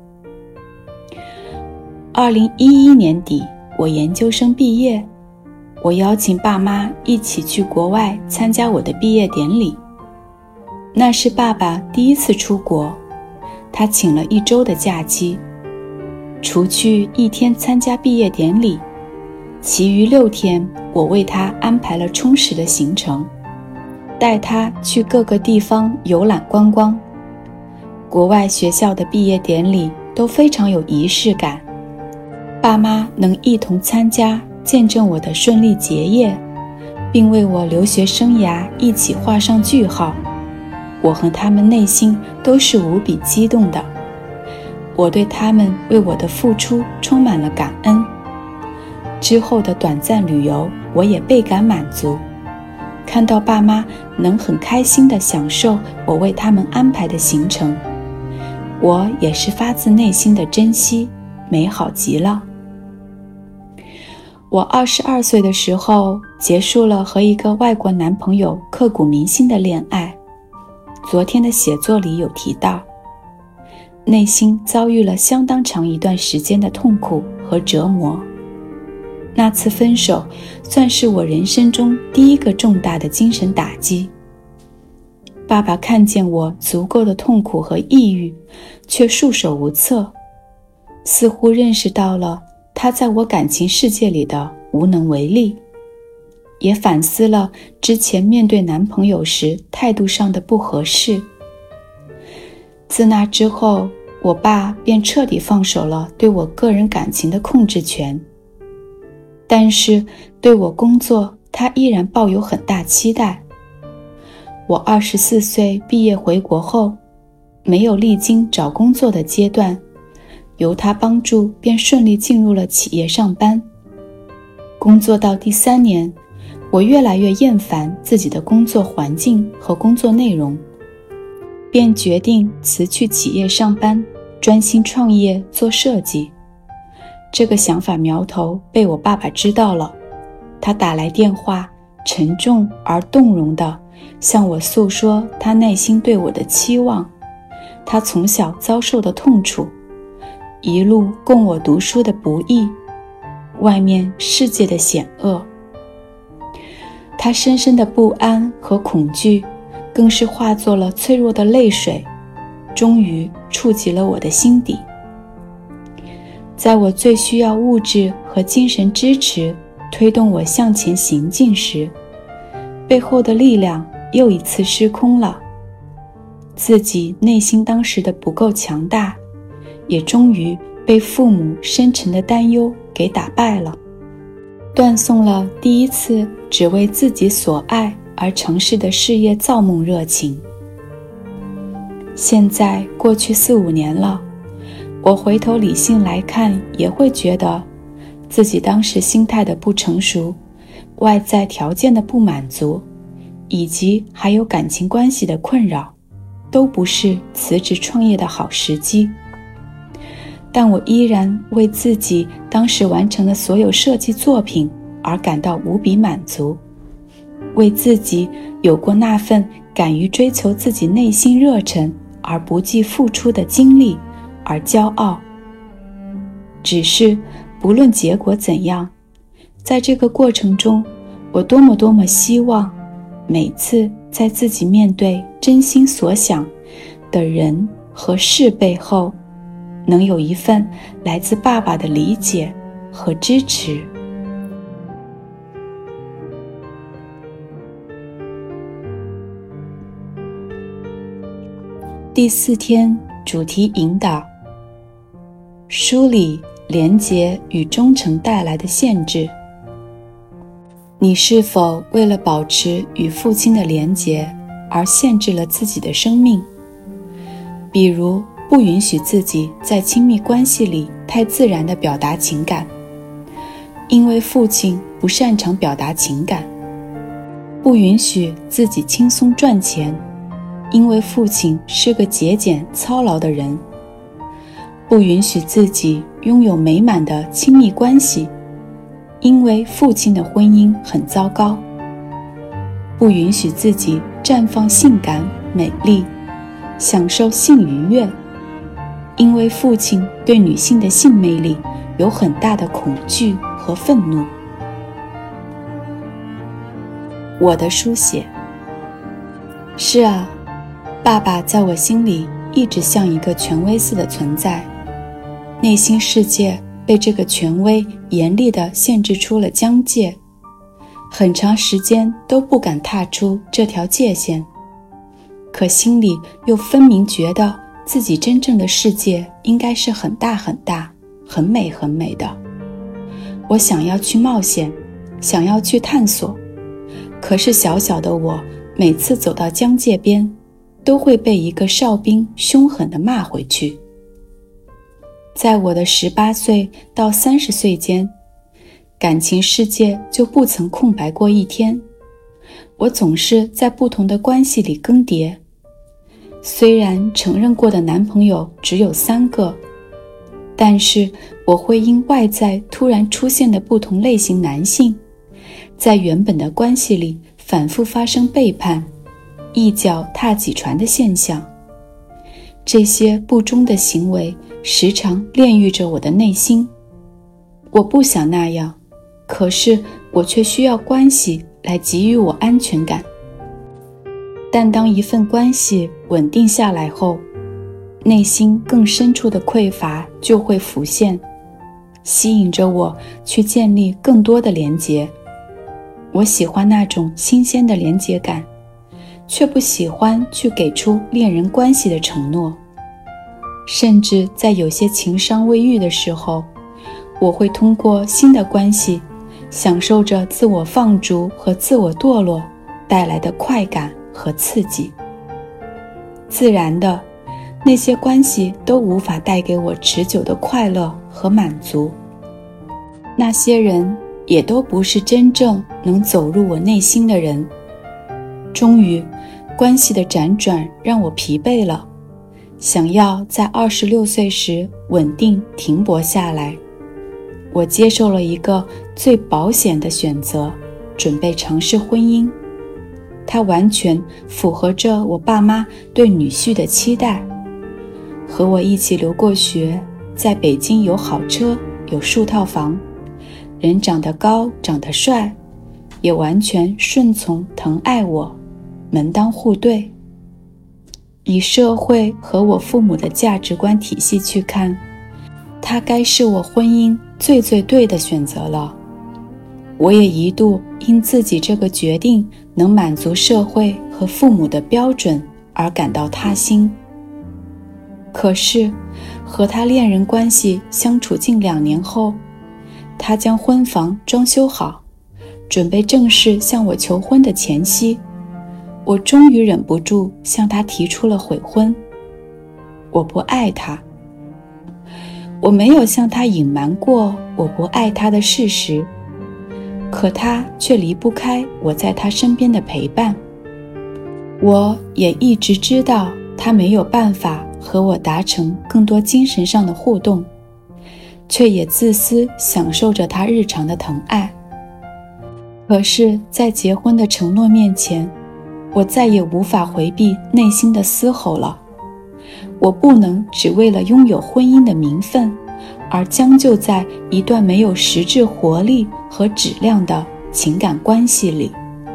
二零一一年底，我研究生毕业，我邀请爸妈一起去国外参加我的毕业典礼。那是爸爸第一次出国，他请了一周的假期，除去一天参加毕业典礼，其余六天我为他安排了充实的行程，带他去各个地方游览观光。国外学校的毕业典礼都非常有仪式感，爸妈能一同参加，见证我的顺利结业，并为我留学生涯一起画上句号，我和他们内心都是无比激动的。我对他们为我的付出充满了感恩。之后的短暂旅游，我也倍感满足，看到爸妈能很开心地享受我为他们安排的行程，我也是发自内心的珍惜，美好极了。我二十二岁的时候，结束了和一个外国男朋友刻骨铭心的恋爱。昨天的写作里有提到，内心遭遇了相当长一段时间的痛苦和折磨。那次分手算是我人生中第一个重大的精神打击。爸爸看见我足够的痛苦和抑郁，却束手无策，似乎认识到了他在我感情世界里的无能为力，也反思了之前面对男朋友时态度上的不合适。自那之后，我爸便彻底放手了对我个人感情的控制权，但是对我工作，他依然抱有很大期待。我二十四岁毕业回国后，没有历经找工作的阶段，由他帮助便顺利进入了企业上班。工作到第三年，我越来越厌烦自己的工作环境和工作内容，便决定辞去企业上班，专心创业做设计。这个想法苗头被我爸爸知道了，他打来电话，沉重而动容地向我诉说他内心对我的期望，他从小遭受的痛楚，一路供我读书的不易，外面世界的险恶。他深深的不安和恐惧，更是化作了脆弱的泪水，终于触及了我的心底。在我最需要物质和精神支持推动我向前行进时，背后的力量又一次失控了。自己内心当时的不够强大，也终于被父母深沉的担忧给打败了，断送了第一次只为自己所爱而尝试的事业造梦热情。现在过去四五年了，我回头理性来看，也会觉得自己当时心态的不成熟，外在条件的不满足，以及还有感情关系的困扰，都不是辞职创业的好时机。但我依然为自己当时完成的所有设计作品而感到无比满足，为自己有过那份敢于追求自己内心热忱而不计付出的经历而骄傲。只是不论结果怎样，在这个过程中，我多么多么希望每次在自己面对真心所想的人和事背后，能有一份来自爸爸的理解和支持。第四天主题引导。书里连结与忠诚带来的限制。你是否为了保持与父亲的连结而限制了自己的生命？比如，不允许自己在亲密关系里太自然地表达情感，因为父亲不擅长表达情感；不允许自己轻松赚钱，因为父亲是个节俭操劳的人；不允许自己拥有美满的亲密关系，因为父亲的婚姻很糟糕；不允许自己绽放性感美丽，享受性愉悦，因为父亲对女性的性魅力有很大的恐惧和愤怒。我的书写。是啊，爸爸在我心里一直像一个权威似的存在，内心世界被这个权威严厉地限制出了疆界，很长时间都不敢踏出这条界限，可心里又分明觉得自己真正的世界应该是很大很大，很美很美的。我想要去冒险，想要去探索，可是小小的我每次走到疆界边，都会被一个哨兵凶狠地骂回去。在我的十八岁到三十岁间，感情世界就不曾空白过一天，我总是在不同的关系里更迭。虽然承认过的男朋友只有三个，但是我会因外在突然出现的不同类型男性，在原本的关系里反复发生背叛、一脚踏几船的现象。这些不忠的行为时常炼狱着我的内心。我不想那样，可是我却需要关系来给予我安全感。但当一份关系稳定下来后，内心更深处的匮乏就会浮现，吸引着我去建立更多的连结。我喜欢那种新鲜的连结感，却不喜欢去给出恋人关系的承诺。甚至在有些情伤未愈的时候，我会通过新的关系，享受着自我放逐和自我堕落带来的快感和刺激。自然的，那些关系都无法带给我持久的快乐和满足。那些人也都不是真正能走入我内心的人。终于，关系的辗转让我疲惫了，想要在二十六岁时稳定停泊下来。我接受了一个最保险的选择，准备尝试婚姻。它完全符合着我爸妈对女婿的期待。和我一起留过学，在北京有好车，有数套房，人长得高，长得帅，也完全顺从疼爱我，门当户对。以社会和我父母的价值观体系去看，他该是我婚姻最最对的选择了。我也一度因自己这个决定能满足社会和父母的标准而感到踏心。可是和他恋人关系相处近两年后，他将婚房装修好，准备正式向我求婚的前夕，我终于忍不住向他提出了悔婚。我不爱他。我没有向他隐瞒过我不爱他的事实，可他却离不开我在他身边的陪伴。我也一直知道他没有办法和我达成更多精神上的互动，却也自私享受着他日常的疼爱。可是在结婚的承诺面前，我再也无法回避内心的嘶吼了。我不能只为了拥有婚姻的名分，而将就在一段没有实质活力和质量的情感关系里。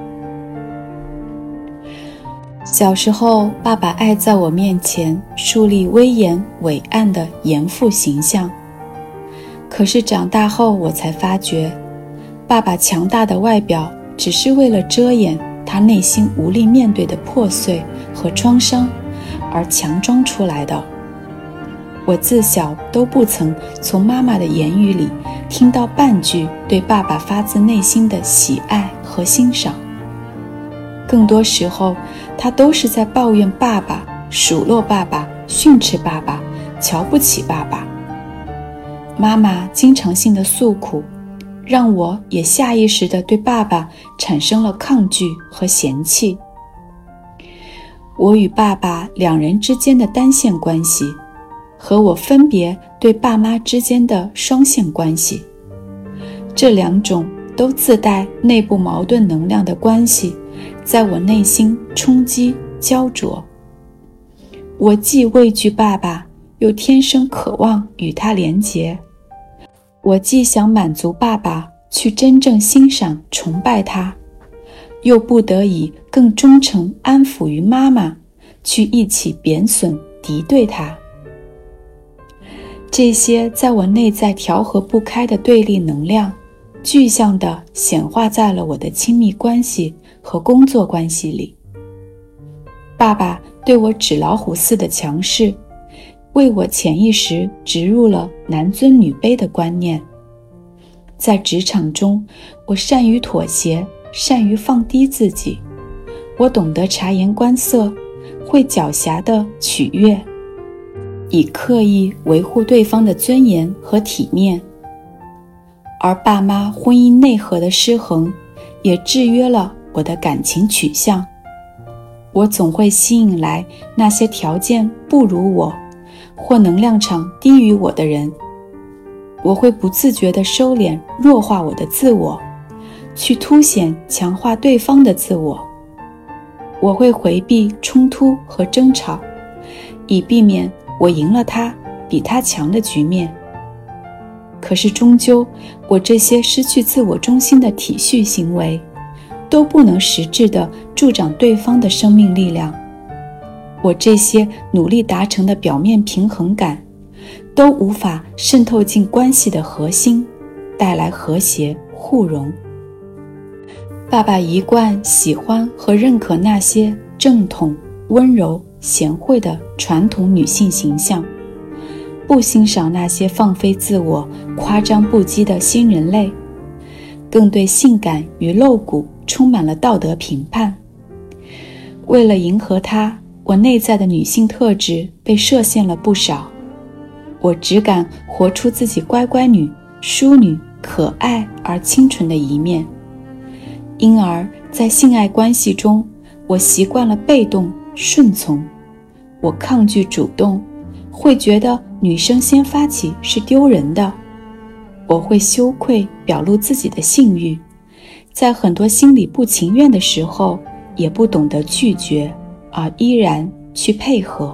小时候，爸爸爱在我面前树立威严伟岸的严父形象。可是长大后，我才发觉，爸爸强大的外表只是为了遮掩他内心无力面对的破碎和创伤而强装出来的。 我自小都不曾从妈妈的言语里听到半句对爸爸发自内心的喜爱和欣赏。更多时候，她都是在抱怨爸爸、数落爸爸、训斥爸爸、瞧不起爸爸。妈妈经常性的诉苦，让我也下意识地对爸爸产生了抗拒和嫌弃。我与爸爸两人之间的单线关系，和我分别对爸妈之间的双线关系，这两种都自带内部矛盾能量的关系，在我内心冲击焦灼。我既畏惧爸爸，又天生渴望与他连结。我既想满足爸爸，去真正欣赏崇拜他，又不得已更忠诚安抚于妈妈，去一起贬损敌对他。这些在我内在调和不开的对立能量，具象地显化在了我的亲密关系和工作关系里。爸爸对我纸老虎似的强势，为我潜意识植入了男尊女卑的观念。在职场中，我善于妥协，善于放低自己，我懂得察言观色，会狡黠地取悦，以刻意维护对方的尊严和体面。而爸妈婚姻内核的失衡，也制约了我的感情取向。我总会吸引来那些条件不如我，或能量场低于我的人。我会不自觉地收敛弱化我的自我，去凸显强化对方的自我。我会回避冲突和争吵，以避免我赢了他比他强的局面。可是终究，我这些失去自我中心的体恤行为，都不能实质地助长对方的生命力量。我这些努力达成的表面平衡感，都无法渗透进关系的核心，带来和谐互融。爸爸一贯喜欢和认可那些正统、温柔、贤惠的传统女性形象，不欣赏那些放飞自我、夸张不羁的新人类，更对性感与露骨充满了道德评判。为了迎合他，我内在的女性特质被设限了不少。我只敢活出自己乖乖女、淑女、可爱而清纯的一面。因而在性爱关系中，我习惯了被动顺从，我抗拒主动，会觉得女生先发起是丢人的。我会羞愧表露自己的性欲，在很多心里不情愿的时候，也不懂得拒绝，而依然去配合。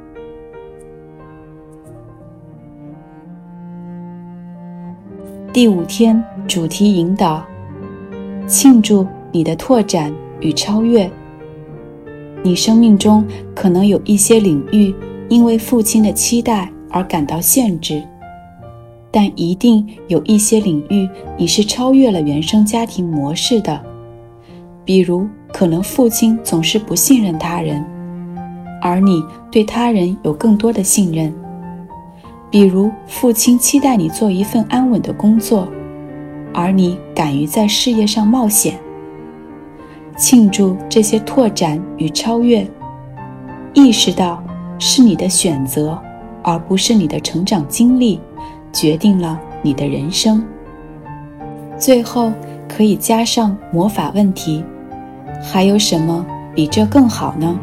第五天主题引导：庆祝你的拓展与超越。你生命中可能有一些领域因为父亲的期待而感到限制，但一定有一些领域你是超越了原生家庭模式的。比如，可能父亲总是不信任他人，而你对他人有更多的信任。比如，父亲期待你做一份安稳的工作，而你敢于在事业上冒险。庆祝这些拓展与超越，意识到是你的选择，而不是你的成长经历决定了你的人生。最后可以加上魔法问题：还有什么比这更好呢？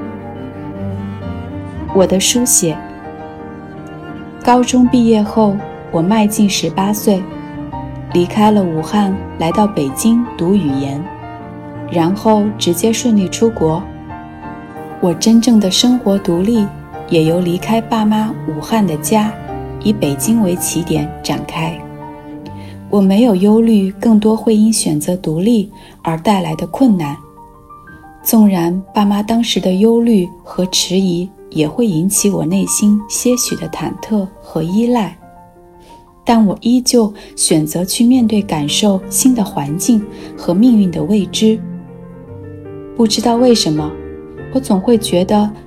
我的书写。高中毕业后，我迈进十八岁，离开了武汉，来到北京读语言，然后直接顺利出国。我真正的生活独立，也由离开爸妈武汉的家，以北京为起点展开。我没有忧虑更多会因选择独立而带来的困难，纵然爸妈当时的忧虑和迟疑也会引起我内心些许的忐忑和依赖，但我依旧选择去面对感受新的环境和命运的未知。不知道为什么，我总会觉得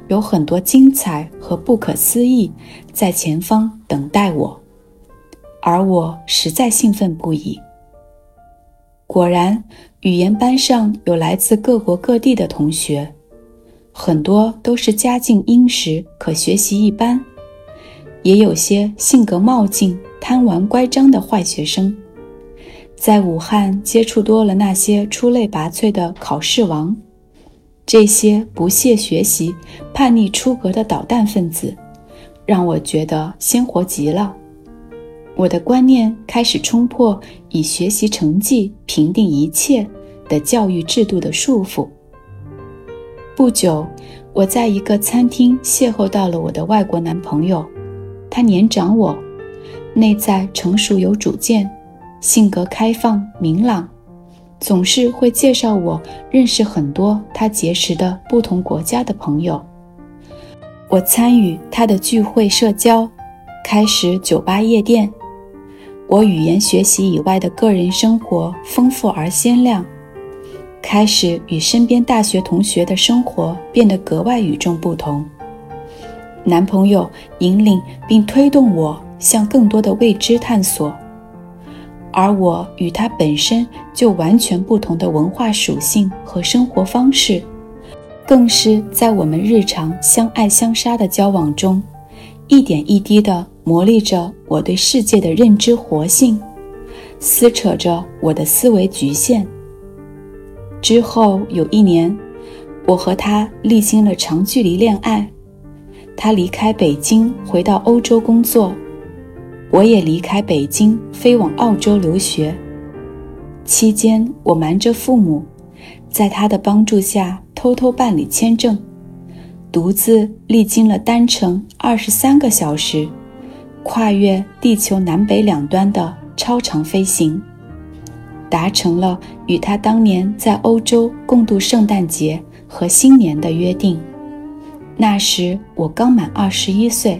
有很多精彩和不可思议在前方等待我，而我实在兴奋不已。果然，语言班上有来自各国各地的同学，很多都是家境殷实，可学习一般，也有些性格冒进、贪玩乖张的坏学生。在武汉接触多了那些出类拔萃的考试王，这些不懈学习、叛逆出格的捣蛋分子，让我觉得鲜活极了。我的观念开始冲破以学习成绩评定一切的教育制度的束缚。不久，我在一个餐厅邂逅到了我的外国男朋友，他年长我，内在成熟有主见，性格开放明朗，总是会介绍我认识很多他结识的不同国家的朋友。我参与他的聚会社交，开始酒吧夜店。我语言学习以外的个人生活丰富而鲜亮，开始与身边大学同学的生活变得格外与众不同。男朋友引领并推动我向更多的未知探索，而我与他本身就完全不同的文化属性和生活方式，更是在我们日常相爱相杀的交往中，一点一滴地磨砺着我对世界的认知活性，撕扯着我的思维局限。之后有一年，我和他历经了长距离恋爱，他离开北京回到欧洲工作，我也离开北京飞往澳洲留学。期间我瞒着父母，在他的帮助下偷偷办理签证，独自历经了单程二十三个小时，跨越地球南北两端的超长飞行，达成了与他当年在欧洲共度圣诞节和新年的约定。那时我刚满二十一岁。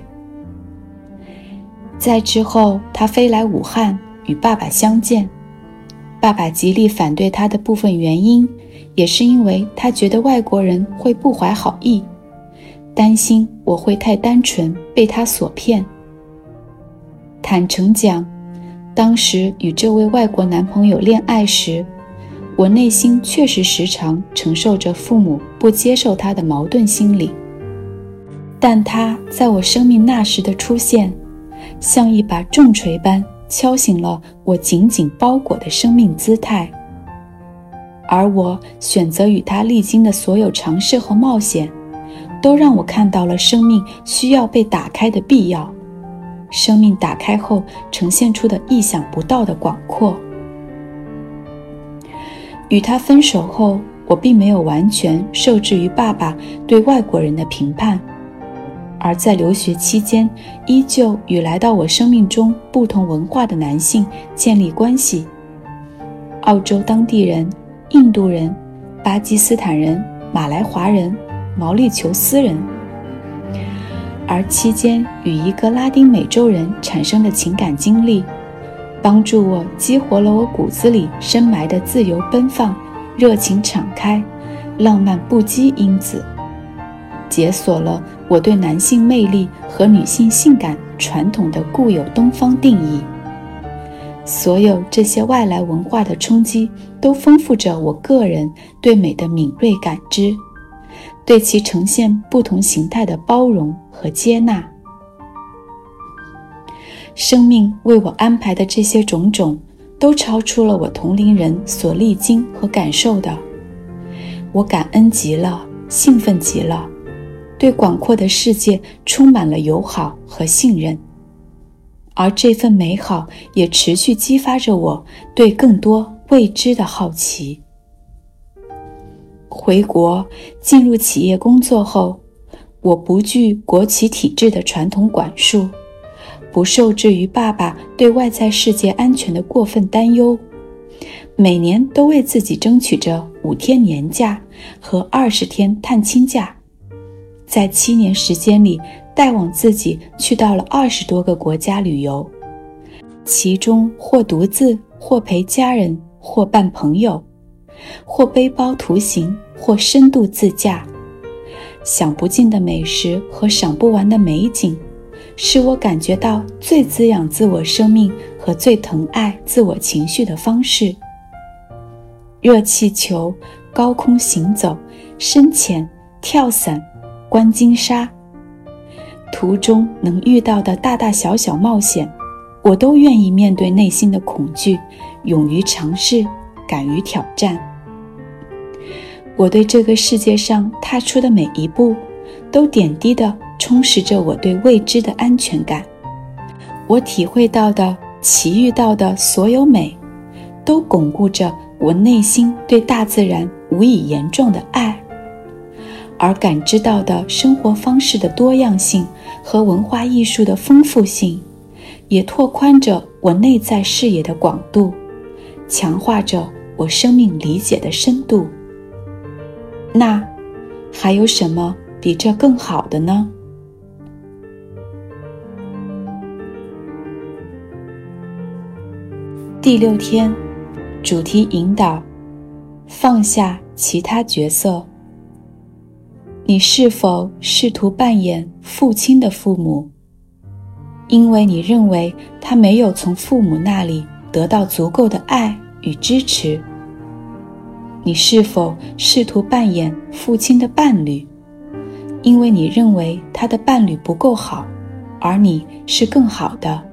在之后，他飞来武汉与爸爸相见。爸爸极力反对他的部分原因，也是因为他觉得外国人会不怀好意，担心我会太单纯，被他所骗。坦诚讲，当时与这位外国男朋友恋爱时，我内心确实时常承受着父母不接受他的矛盾心理，但他在我生命那时的出现，像一把重锤般敲醒了我紧紧包裹的生命姿态。而我选择与他历经的所有尝试和冒险，都让我看到了生命需要被打开的必要，生命打开后呈现出的意想不到的广阔。与他分手后，我并没有完全受制于爸爸对外国人的评判，而在留学期间，依旧与来到我生命中不同文化的男性建立关系。澳洲当地人、印度人、巴基斯坦人、马来华人、毛利裘斯人。而期间与一个拉丁美洲人产生的情感经历，帮助我激活了我骨子里深埋的自由奔放、热情敞开、浪漫不羁因子，解锁了我对男性魅力和女性性感传统的固有东方定义。所有这些外来文化的冲击，都丰富着我个人对美的敏锐感知，对其呈现不同形态的包容和接纳。生命为我安排的这些种种，都超出了我同龄人所历经和感受的。我感恩极了，兴奋极了，对广阔的世界充满了友好和信任。而这份美好也持续激发着我对更多未知的好奇。回国进入企业工作后，我不惧国企体制的传统管束，不受制于爸爸对外在世界安全的过分担忧，每年都为自己争取着五天年假和二十天探亲假，在七年时间里带往自己去到了二十多个国家旅游，其中或独自，或陪家人，或伴朋友，或背包图行，或深度自驾。 享不尽的美食和赏不完的美景，是我感觉到最滋养自我生命和最疼爱自我情绪的方式。热气球、高空行走、深潜、跳伞、观金沙，途中能遇到的大大小小冒险，我都愿意面对内心的恐惧，勇于尝试，敢于挑战。我对这个世界上踏出的每一步，都点滴地充实着我对未知的安全感。我体会到的、奇遇到的所有美，都巩固着我内心对大自然无以言状的爱。而感知到的生活方式的多样性和文化艺术的丰富性，也拓宽着我内在视野的广度，强化着我生命理解的深度。那还有什么比这更好的呢？第六天，主题引导：放下其他角色。你是否试图扮演父亲的父母，因为你认为他没有从父母那里得到足够的爱与支持？你是否试图扮演父亲的伴侣，因为你认为他的伴侣不够好，而你是更好的？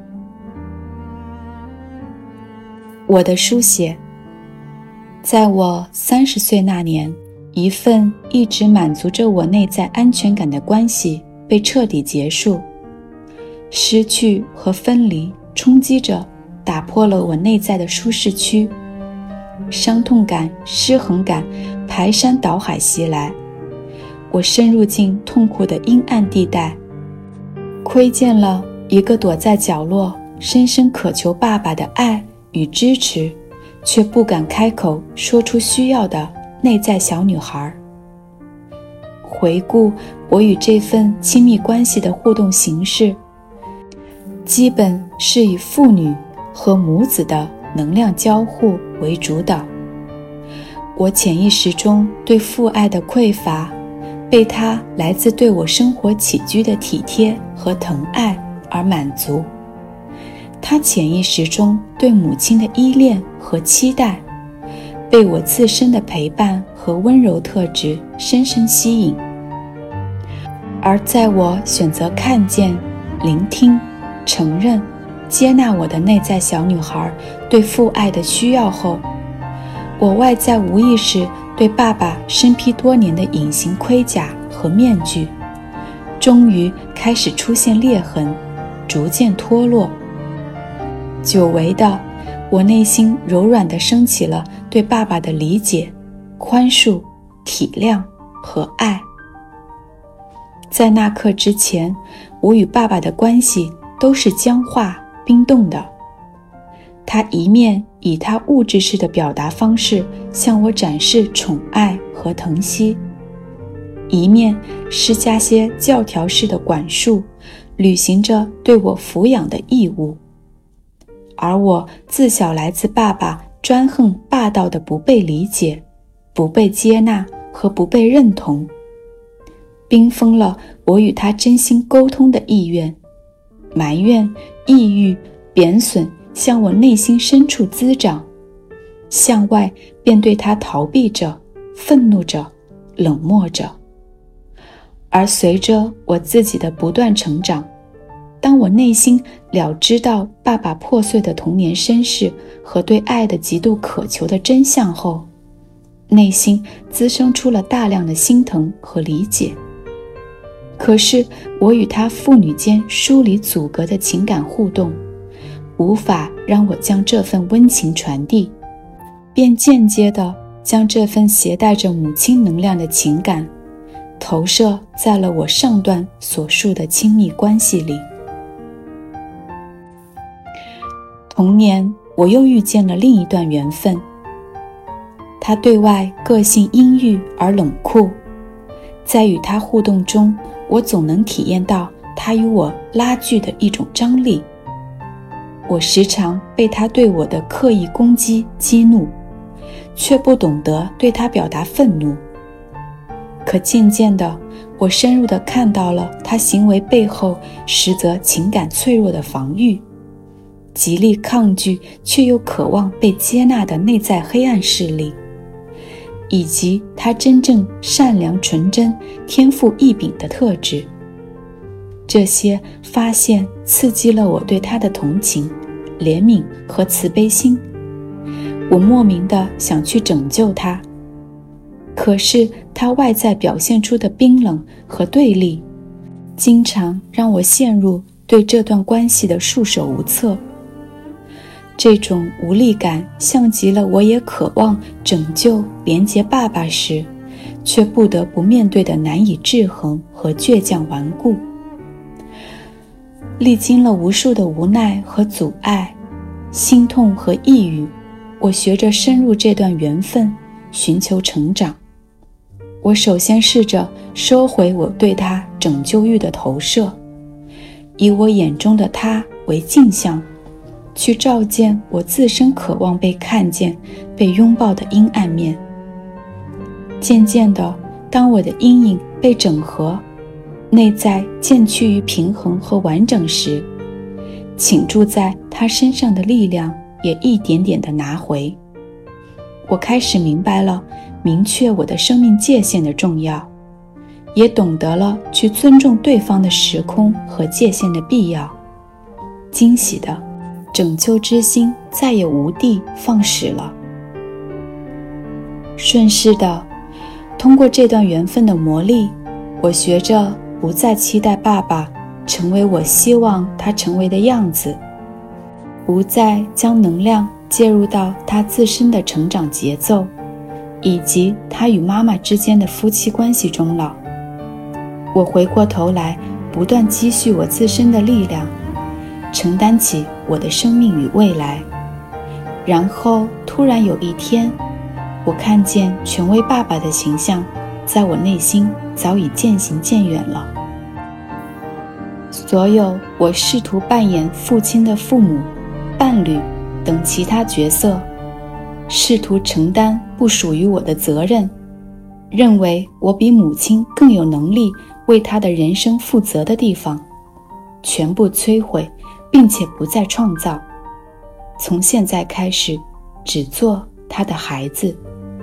我的书写。在我三十岁那年，一份一直满足着我内在安全感的关系被彻底结束。失去和分离冲击着，打破了我内在的舒适区。伤痛感、失衡感排山倒海袭来，我深入进痛苦的阴暗地带，窥见了一个躲在角落深深渴求爸爸的爱与支持，却不敢开口说出需要的内在小女孩。回顾我与这份亲密关系的互动形式，基本是以父女和母子的能量交互为主导。我潜意识中对父爱的匮乏，被他来自对我生活起居的体贴和疼爱而满足。他潜意识中对母亲的依恋和期待，被我自身的陪伴和温柔特质深深吸引。而在我选择看见、聆听、承认、接纳我的内在小女孩对父爱的需要后，我外在无意识对爸爸身披多年的隐形盔甲和面具，终于开始出现裂痕，逐渐脱落。久违的，我内心柔软地升起了对爸爸的理解、宽恕、体谅和爱。在那刻之前，我与爸爸的关系都是僵化、冰冻的。他一面以他物质式的表达方式向我展示宠爱和疼惜，一面施加些教条式的管束，履行着对我抚养的义务。而我自小来自爸爸专横霸道的不被理解、不被接纳和不被认同，冰封了我与他真心沟通的意愿。埋怨、抑郁、贬损向我内心深处滋长，向外便对他逃避着、愤怒着、冷漠着。而随着我自己的不断成长，当我内心了知到爸爸破碎的童年身世和对爱的极度渴求的真相后，内心滋生出了大量的心疼和理解。可是我与他父女间疏离阻隔的情感互动，无法让我将这份温情传递，便间接地将这份携带着母亲能量的情感投射在了我上段所述的亲密关系里。同年，我又遇见了另一段缘分。他对外个性阴郁而冷酷，在与他互动中，我总能体验到他与我拉锯的一种张力。我时常被他对我的刻意攻击激怒，却不懂得对他表达愤怒。可渐渐的， 我深入地看到了他行为背后实则情感脆弱的防御，极力抗拒却又渴望被接纳的内在黑暗势力，以及他真正善良纯真、天赋异禀的特质。这些发现刺激了我对他的同情、怜悯和慈悲心。我莫名地想去拯救他，可是他外在表现出的冰冷和对立，经常让我陷入对这段关系的束手无策。这种无力感像极了我也渴望拯救连接爸爸时，却不得不面对的难以制衡和倔强顽固。历经了无数的无奈和阻碍，心痛和抑郁，我学着深入这段缘分，寻求成长。我首先试着收回我对他拯救欲的投射，以我眼中的他为镜像，去照见我自身渴望被看见、被拥抱的阴暗面。渐渐的，当我的阴影被整合，内在渐趋于平衡和完整时，倾注在他身上的力量也一点点地拿回。我开始明白了明确我的生命界限的重要，也懂得了去尊重对方的时空和界限的必要。惊喜的，拯救之心再也无地放矢了。顺势的，通过这段缘分的磨砺，我学着不再期待爸爸成为我希望他成为的样子，不再将能量介入到他自身的成长节奏，以及他与妈妈之间的夫妻关系中了。我回过头来，不断积蓄我自身的力量，承担起我的生命与未来。然后突然有一天，我看见权威爸爸的形象在我内心早已渐行渐远了。所有我试图扮演父亲的父母、伴侣等其他角色，试图承担不属于我的责任，认为我比母亲更有能力为他的人生负责的地方，全部摧毁，并且不再创造。从现在开始，只做他的孩子。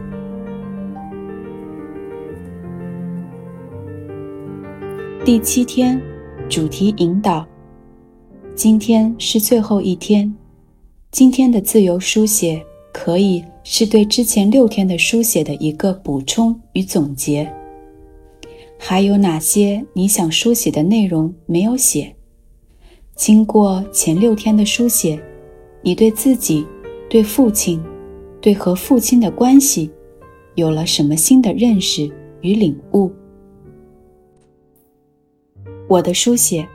第七天，主题引导。今天是最后一天，今天的自由书写可以是对之前六天的书写的一个补充与总结。还有哪些你想书写的内容没有写？经过前六天的书写，你对自己、对父亲、对和父亲的关系有了什么新的认识与领悟？我的书写。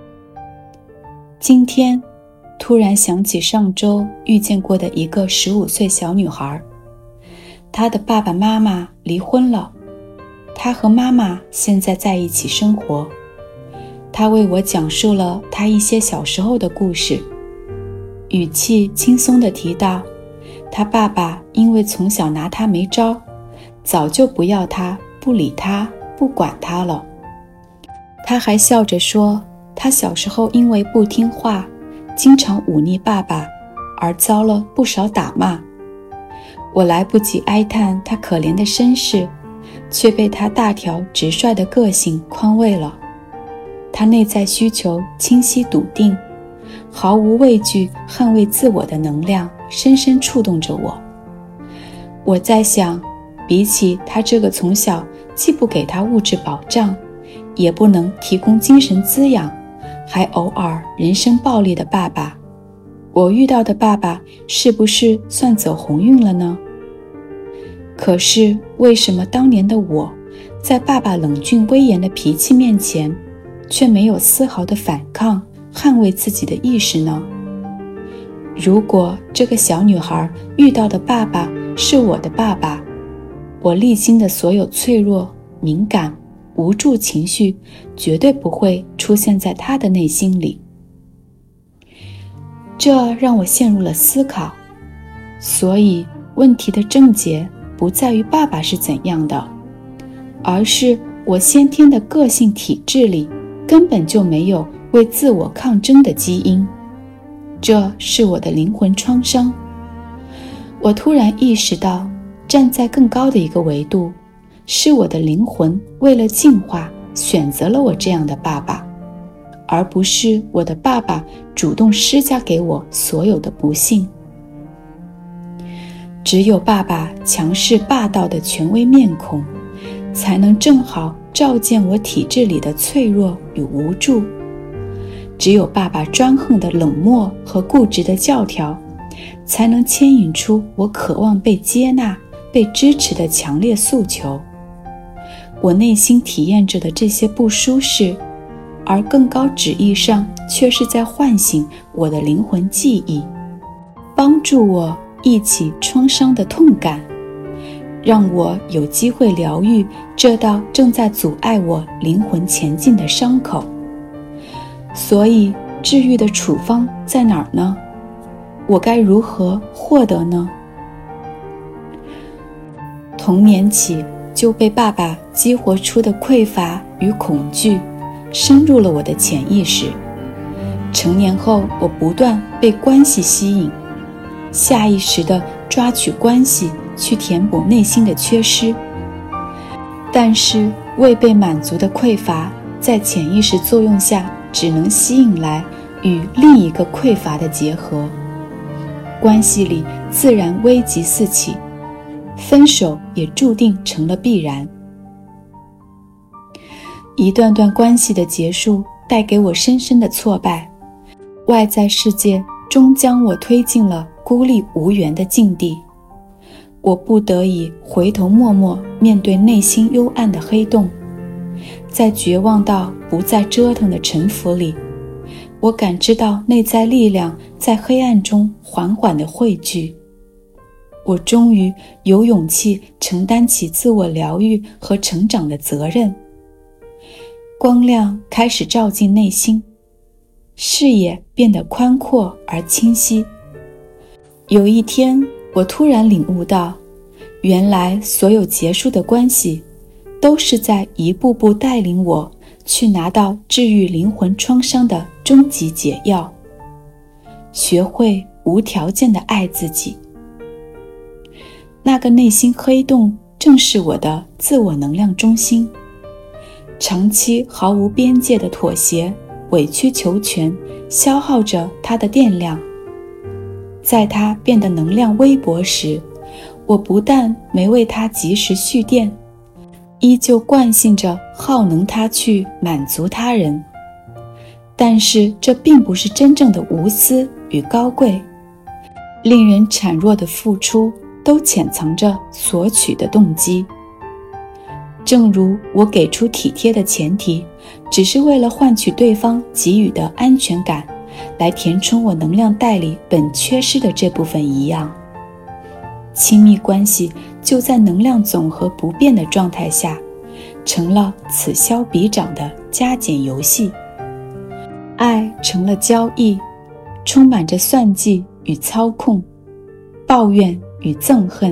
今天突然想起上周遇见过的一个十五岁小女孩，她的爸爸妈妈离婚了，她和妈妈现在在一起生活。她为我讲述了她一些小时候的故事，语气轻松地提到，她爸爸因为从小拿她没招，早就不要她、不理她、不管她了。她还笑着说，她小时候因为不听话，经常忤逆爸爸，而遭了不少打骂。我来不及哀叹她可怜的身世，却被她大条直率的个性宽慰了。她内在需求清晰笃定，毫无畏惧捍卫自我的能量深深触动着我。我在想，比起她这个从小既不给她物质保障，也不能提供精神滋养，还偶尔人身暴力的爸爸，我遇到的爸爸是不是算走鸿运了呢？可是为什么当年的我，在爸爸冷峻威严的脾气面前，却没有丝毫的反抗、捍卫自己的意识呢？如果这个小女孩遇到的爸爸是我的爸爸，我历经的所有脆弱、敏感、无助情绪绝对不会出现在他的内心里。这让我陷入了思考，所以问题的症结不在于爸爸是怎样的，而是我先天的个性体质里根本就没有为自我抗争的基因，这是我的灵魂创伤。我突然意识到，站在更高的一个维度，是我的灵魂为了进化选择了我这样的爸爸，而不是我的爸爸主动施加给我所有的不幸。只有爸爸强势霸道的权威面孔，才能正好照见我体质里的脆弱与无助。只有爸爸专横的冷漠和固执的教条，才能牵引出我渴望被接纳、被支持的强烈诉求。我内心体验着的这些不舒适，而更高旨意上却是在唤醒我的灵魂记忆，帮助我忆起创伤的痛感，让我有机会疗愈这道正在阻碍我灵魂前进的伤口。所以，治愈的处方在哪儿呢？我该如何获得呢？童年起就被爸爸激活出的匮乏与恐惧，深入了我的潜意识。成年后，我不断被关系吸引，下意识地抓取关系去填补内心的缺失。但是未被满足的匮乏，在潜意识作用下，只能吸引来与另一个匮乏的结合，关系里自然危机四起，分手也注定成了必然。一段段关系的结束带给我深深的挫败，外在世界终将我推进了孤立无援的境地。我不得已回头默默面对内心幽暗的黑洞，在绝望到不再折腾的沉浮里，我感知到内在力量在黑暗中缓缓地汇聚。我终于有勇气承担起自我疗愈和成长的责任。光亮开始照进内心，视野变得宽阔而清晰。有一天，我突然领悟到，原来所有结束的关系都是在一步步带领我去拿到治愈灵魂创伤的终极解药，学会无条件地爱自己。那个内心黑洞正是我的自我能量中心，长期毫无边界的妥协、委曲求全，消耗着它的电量。在它变得能量微薄时，我不但没为它及时蓄电，依旧惯性着耗能它去满足他人。但是这并不是真正的无私与高贵，令人孱弱的付出都潜藏着索取的动机。正如我给出体贴的前提，只是为了换取对方给予的安全感，来填充我能量袋里本缺失的这部分一样。亲密关系就在能量总和不变的状态下，成了此消彼长的加减游戏。爱成了交易，充满着算计与操控，抱怨与憎恨。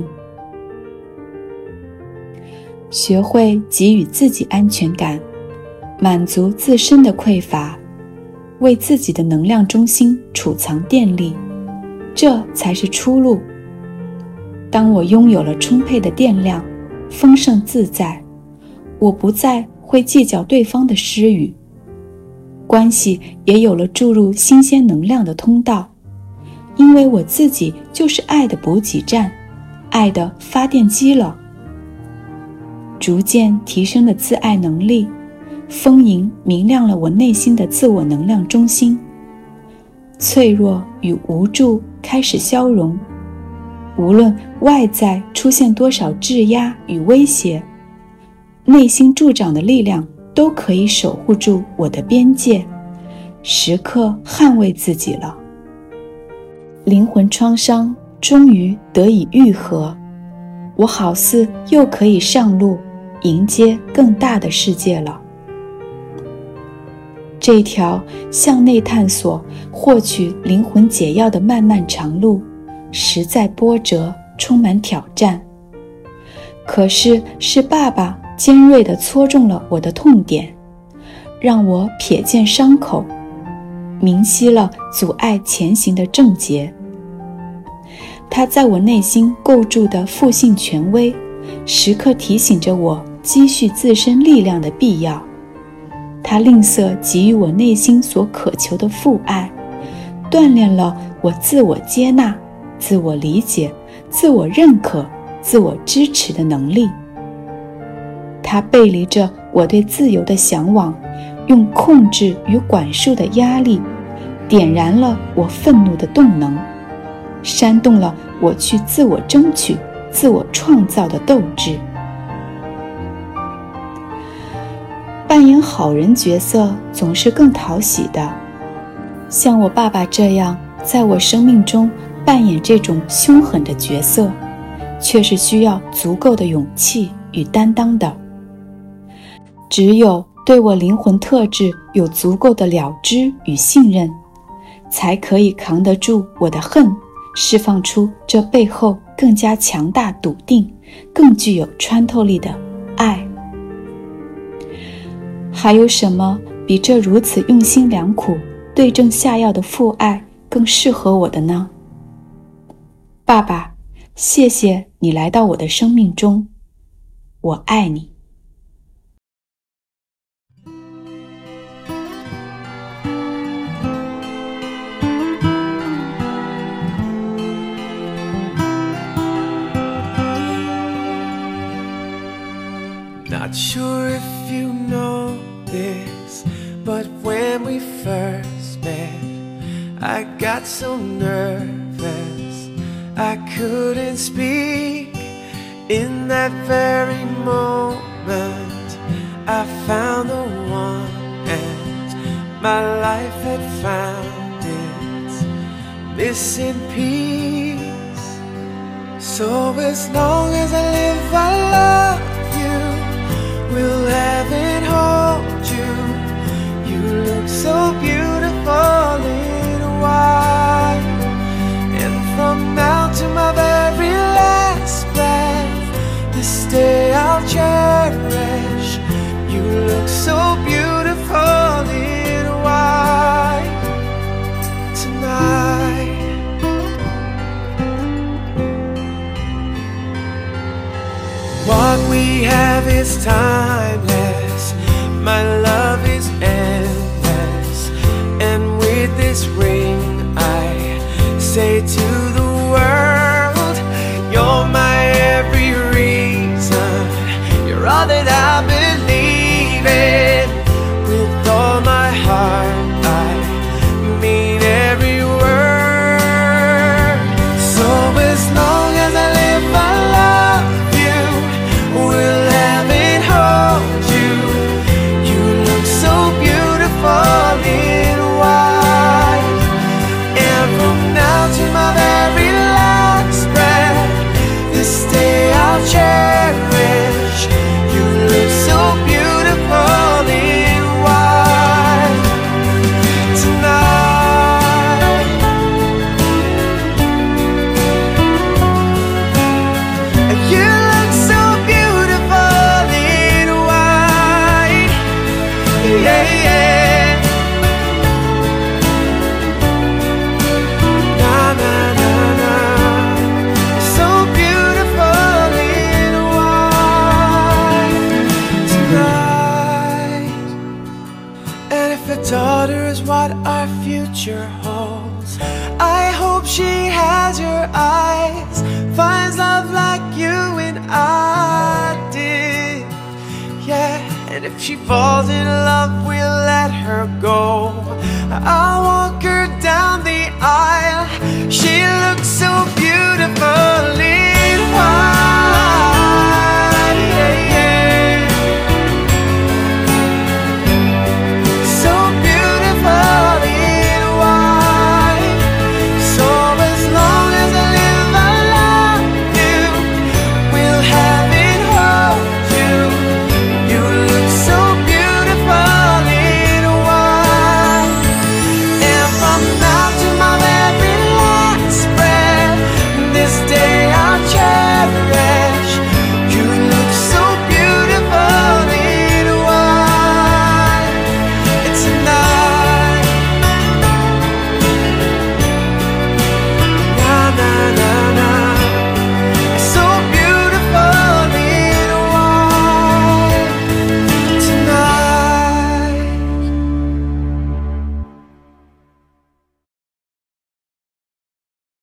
学会给予自己安全感，满足自身的匮乏，为自己的能量中心储藏电力，这才是出路。当我拥有了充沛的电量，丰盛自在，我不再会计较对方的施予，关系也有了注入新鲜能量的通道，因为我自己就是爱的补给站，爱的发电机了。逐渐提升的自爱能力，丰盈明亮了我内心的自我能量中心，脆弱与无助开始消融。无论外在出现多少质压与威胁，内心助长的力量都可以守护住我的边界，时刻捍卫自己了。灵魂创伤终于得以愈合，我好似又可以上路，迎接更大的世界了。这条向内探索、获取灵魂解药的漫漫长路，实在波折，充满挑战。可是是爸爸尖锐地戳中了我的痛点，让我瞥见伤口，明晰了阻碍前行的症结。它在我内心构筑的父性权威，时刻提醒着我积蓄自身力量的必要。它吝啬给予我内心所渴求的父爱，锻炼了我自我接纳、自我理解、自我认可、自我支持的能力。它背离着我对自由的向往，用控制与管束的压力点燃了我愤怒的动能，煽动了我去自我争取、自我创造的斗志。扮演好人角色总是更讨喜的，像我爸爸这样在我生命中扮演这种凶狠的角色，却是需要足够的勇气与担当的。只有对我灵魂特质有足够的了知与信任，才可以扛得住我的恨，释放出这背后更加强大、笃定、更具有穿透力的爱。还有什么比这如此用心良苦、对症下药的父爱更适合我的呢？爸爸，谢谢你来到我的生命中，我爱你。 Not sure if you know this, but when we first met, I got so nervous I couldn't speak. In that very moment, I found the one, and my life had found its missing piece. So as long as I live, I love you, will heaven hold you. You look so beautiful in white, and from now to my very last breath, this day I'll cherish. You look so beautiful in white tonight. What we have is timeless, my love is endless, and with this ring I say to the world, you're my every reason, you're all that I believe in. With all my heart I mean every word. So as long as I live I love you, will heaven hold you. You look so beautiful in white, and from now to my very last breath, this day I'll cherish. You look so beautiful in white tonight. You look so beautiful in white, yeah, yeah. Na na na na, you're so beautiful in white tonight. And if a daughter is what our future holds, I hope she has your eyes, finds love like you and I did, yeah. And if she falls in love, we'll let her go. I'll walk